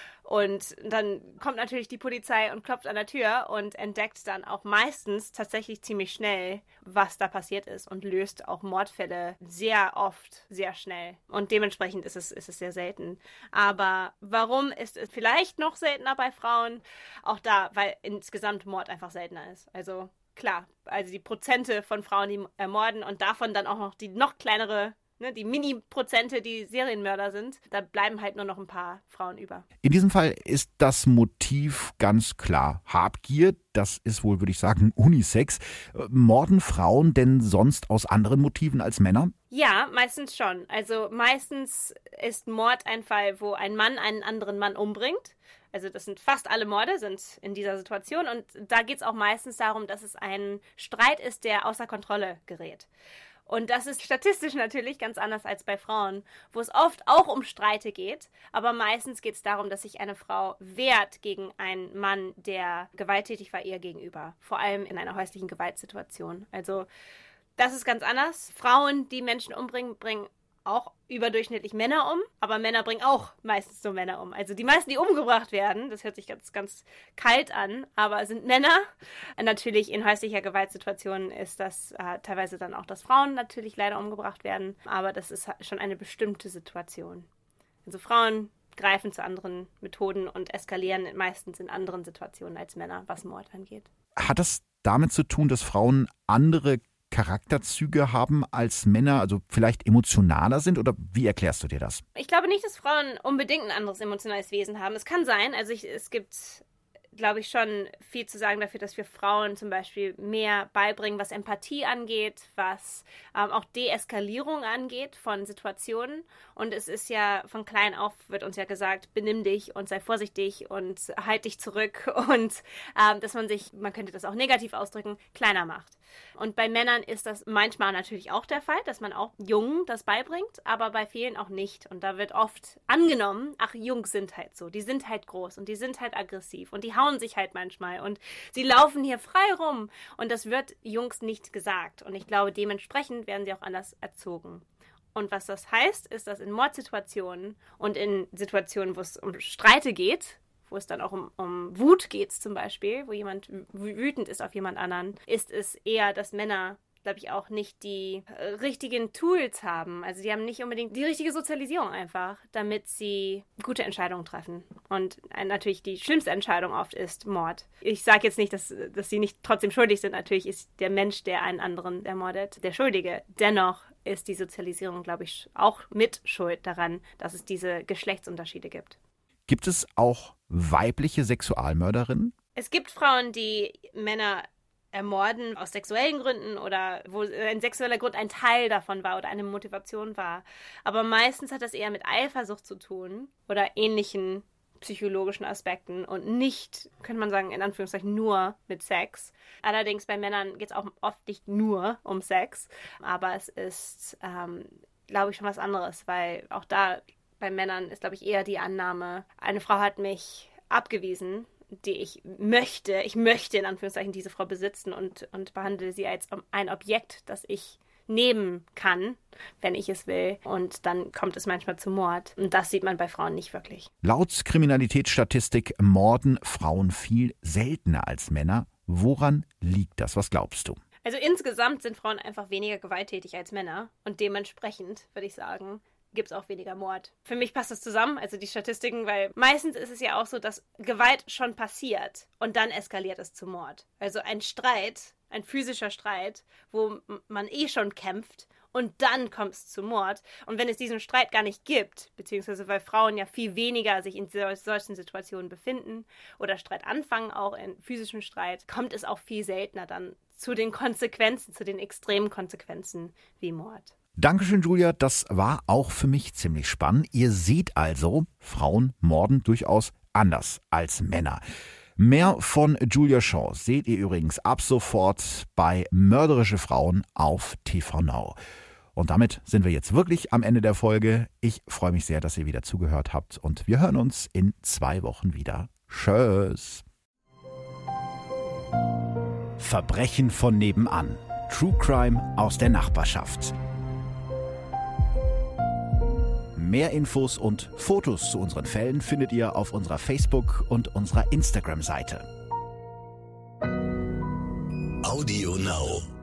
Und dann kommt natürlich die Polizei und klopft an der Tür und entdeckt dann auch meistens tatsächlich ziemlich schnell, was da passiert ist und löst auch Mordfälle sehr oft sehr schnell. Und dementsprechend ist es, ist es sehr selten. Aber warum ist es vielleicht noch seltener bei Frauen? Auch da, weil insgesamt Mord einfach seltener ist. Also klar, also die Prozente von Frauen, die ermorden und davon dann auch noch die noch kleinere, ne, die Mini-Prozente, die Serienmörder sind, da bleiben halt nur noch ein paar Frauen über. In diesem Fall ist das Motiv ganz klar Habgier. Das ist wohl, würde ich sagen, Unisex. Morden Frauen denn sonst aus anderen Motiven als Männer? Ja, meistens schon. Also meistens ist Mord ein Fall, wo ein Mann einen anderen Mann umbringt. Also das sind fast alle Morde sind in dieser Situation. Und da geht es auch meistens darum, dass es ein Streit ist, der außer Kontrolle gerät. Und das ist statistisch natürlich ganz anders als bei Frauen, wo es oft auch um Streite geht. Aber meistens geht es darum, dass sich eine Frau wehrt gegen einen Mann, der gewalttätig war ihr gegenüber. Vor allem in einer häuslichen Gewaltsituation. Also das ist ganz anders. Frauen, die Menschen umbringen, bringen auch überdurchschnittlich Männer um, aber Männer bringen auch meistens so Männer um. Also die meisten, die umgebracht werden, das hört sich ganz, ganz kalt an, aber sind Männer. Natürlich in häuslicher Gewaltsituationen ist das äh, teilweise dann auch, dass Frauen natürlich leider umgebracht werden, aber das ist schon eine bestimmte Situation. Also Frauen greifen zu anderen Methoden und eskalieren meistens in anderen Situationen als Männer, was Mord angeht. Hat das damit zu tun, dass Frauen andere Charakterzüge haben als Männer, also vielleicht emotionaler sind, oder wie erklärst du dir das? Ich glaube nicht, dass Frauen unbedingt ein anderes emotionales Wesen haben. Es kann sein, also ich, es gibt, glaube ich, schon viel zu sagen dafür, dass wir Frauen zum Beispiel mehr beibringen, was Empathie angeht, was ähm, auch Deeskalierung angeht von Situationen. Und es ist ja von klein auf, wird uns ja gesagt, benimm dich und sei vorsichtig und halt dich zurück und ähm, dass man sich, man könnte das auch negativ ausdrücken, kleiner macht. Und bei Männern ist das manchmal natürlich auch der Fall, dass man auch Jungen das beibringt, aber bei vielen auch nicht. Und da wird oft angenommen, ach, Jungs sind halt so, die sind halt groß und die sind halt aggressiv und die hauen sich halt manchmal und sie laufen hier frei rum. Und das wird Jungs nicht gesagt. Und ich glaube, dementsprechend werden sie auch anders erzogen. Und was das heißt, ist, dass in Mordsituationen und in Situationen, wo es um Streite geht, wo es dann auch um, um Wut geht zum Beispiel, wo jemand wütend ist auf jemand anderen, ist es eher, dass Männer, glaube ich, auch nicht die äh, richtigen Tools haben. Also die haben nicht unbedingt die richtige Sozialisierung einfach, damit sie gute Entscheidungen treffen. Und äh, natürlich die schlimmste Entscheidung oft ist Mord. Ich sage jetzt nicht, dass, dass sie nicht trotzdem schuldig sind. Natürlich ist der Mensch, der einen anderen ermordet, der Schuldige. Dennoch ist die Sozialisierung, glaube ich, auch mit Schuld daran, dass es diese Geschlechtsunterschiede gibt. Gibt es auch weibliche Sexualmörderinnen? Es gibt Frauen, die Männer ermorden aus sexuellen Gründen oder wo ein sexueller Grund ein Teil davon war oder eine Motivation war. Aber meistens hat das eher mit Eifersucht zu tun oder ähnlichen psychologischen Aspekten und nicht, könnte man sagen, in Anführungszeichen nur mit Sex. Allerdings bei Männern geht es auch oft nicht nur um Sex, aber es ist, ähm, glaube ich, schon was anderes, weil auch da bei Männern ist, glaube ich, eher die Annahme, eine Frau hat mich abgewiesen, die ich möchte, ich möchte in Anführungszeichen diese Frau besitzen und, und behandle sie als ein Objekt, das ich nehmen kann, wenn ich es will. Und dann kommt es manchmal zu Mord. Und das sieht man bei Frauen nicht wirklich. Laut Kriminalitätsstatistik morden Frauen viel seltener als Männer. Woran liegt das? Was glaubst du? Also insgesamt sind Frauen einfach weniger gewalttätig als Männer. Und dementsprechend, würde ich sagen, gibt es auch weniger Mord. Für mich passt das zusammen, also die Statistiken, weil meistens ist es ja auch so, dass Gewalt schon passiert und dann eskaliert es zu Mord. Also ein Streit, ein physischer Streit, wo man eh schon kämpft und dann kommt es zu Mord. Und wenn es diesen Streit gar nicht gibt, beziehungsweise weil Frauen ja viel weniger sich in solchen Situationen befinden oder Streit anfangen, auch in physischen Streit, kommt es auch viel seltener dann zu den Konsequenzen, zu den extremen Konsequenzen wie Mord. Dankeschön, Julia. Das war auch für mich ziemlich spannend. Ihr seht also, Frauen morden durchaus anders als Männer. Mehr von Julia Shaw seht ihr übrigens ab sofort bei Mörderische Frauen auf T V Now. Und damit sind wir jetzt wirklich am Ende der Folge. Ich freue mich sehr, dass ihr wieder zugehört habt und wir hören uns in zwei Wochen wieder. Tschüss. Verbrechen von nebenan. True Crime aus der Nachbarschaft. Mehr Infos und Fotos zu unseren Fällen findet ihr auf unserer Facebook- und unserer Instagram-Seite. Audio Now.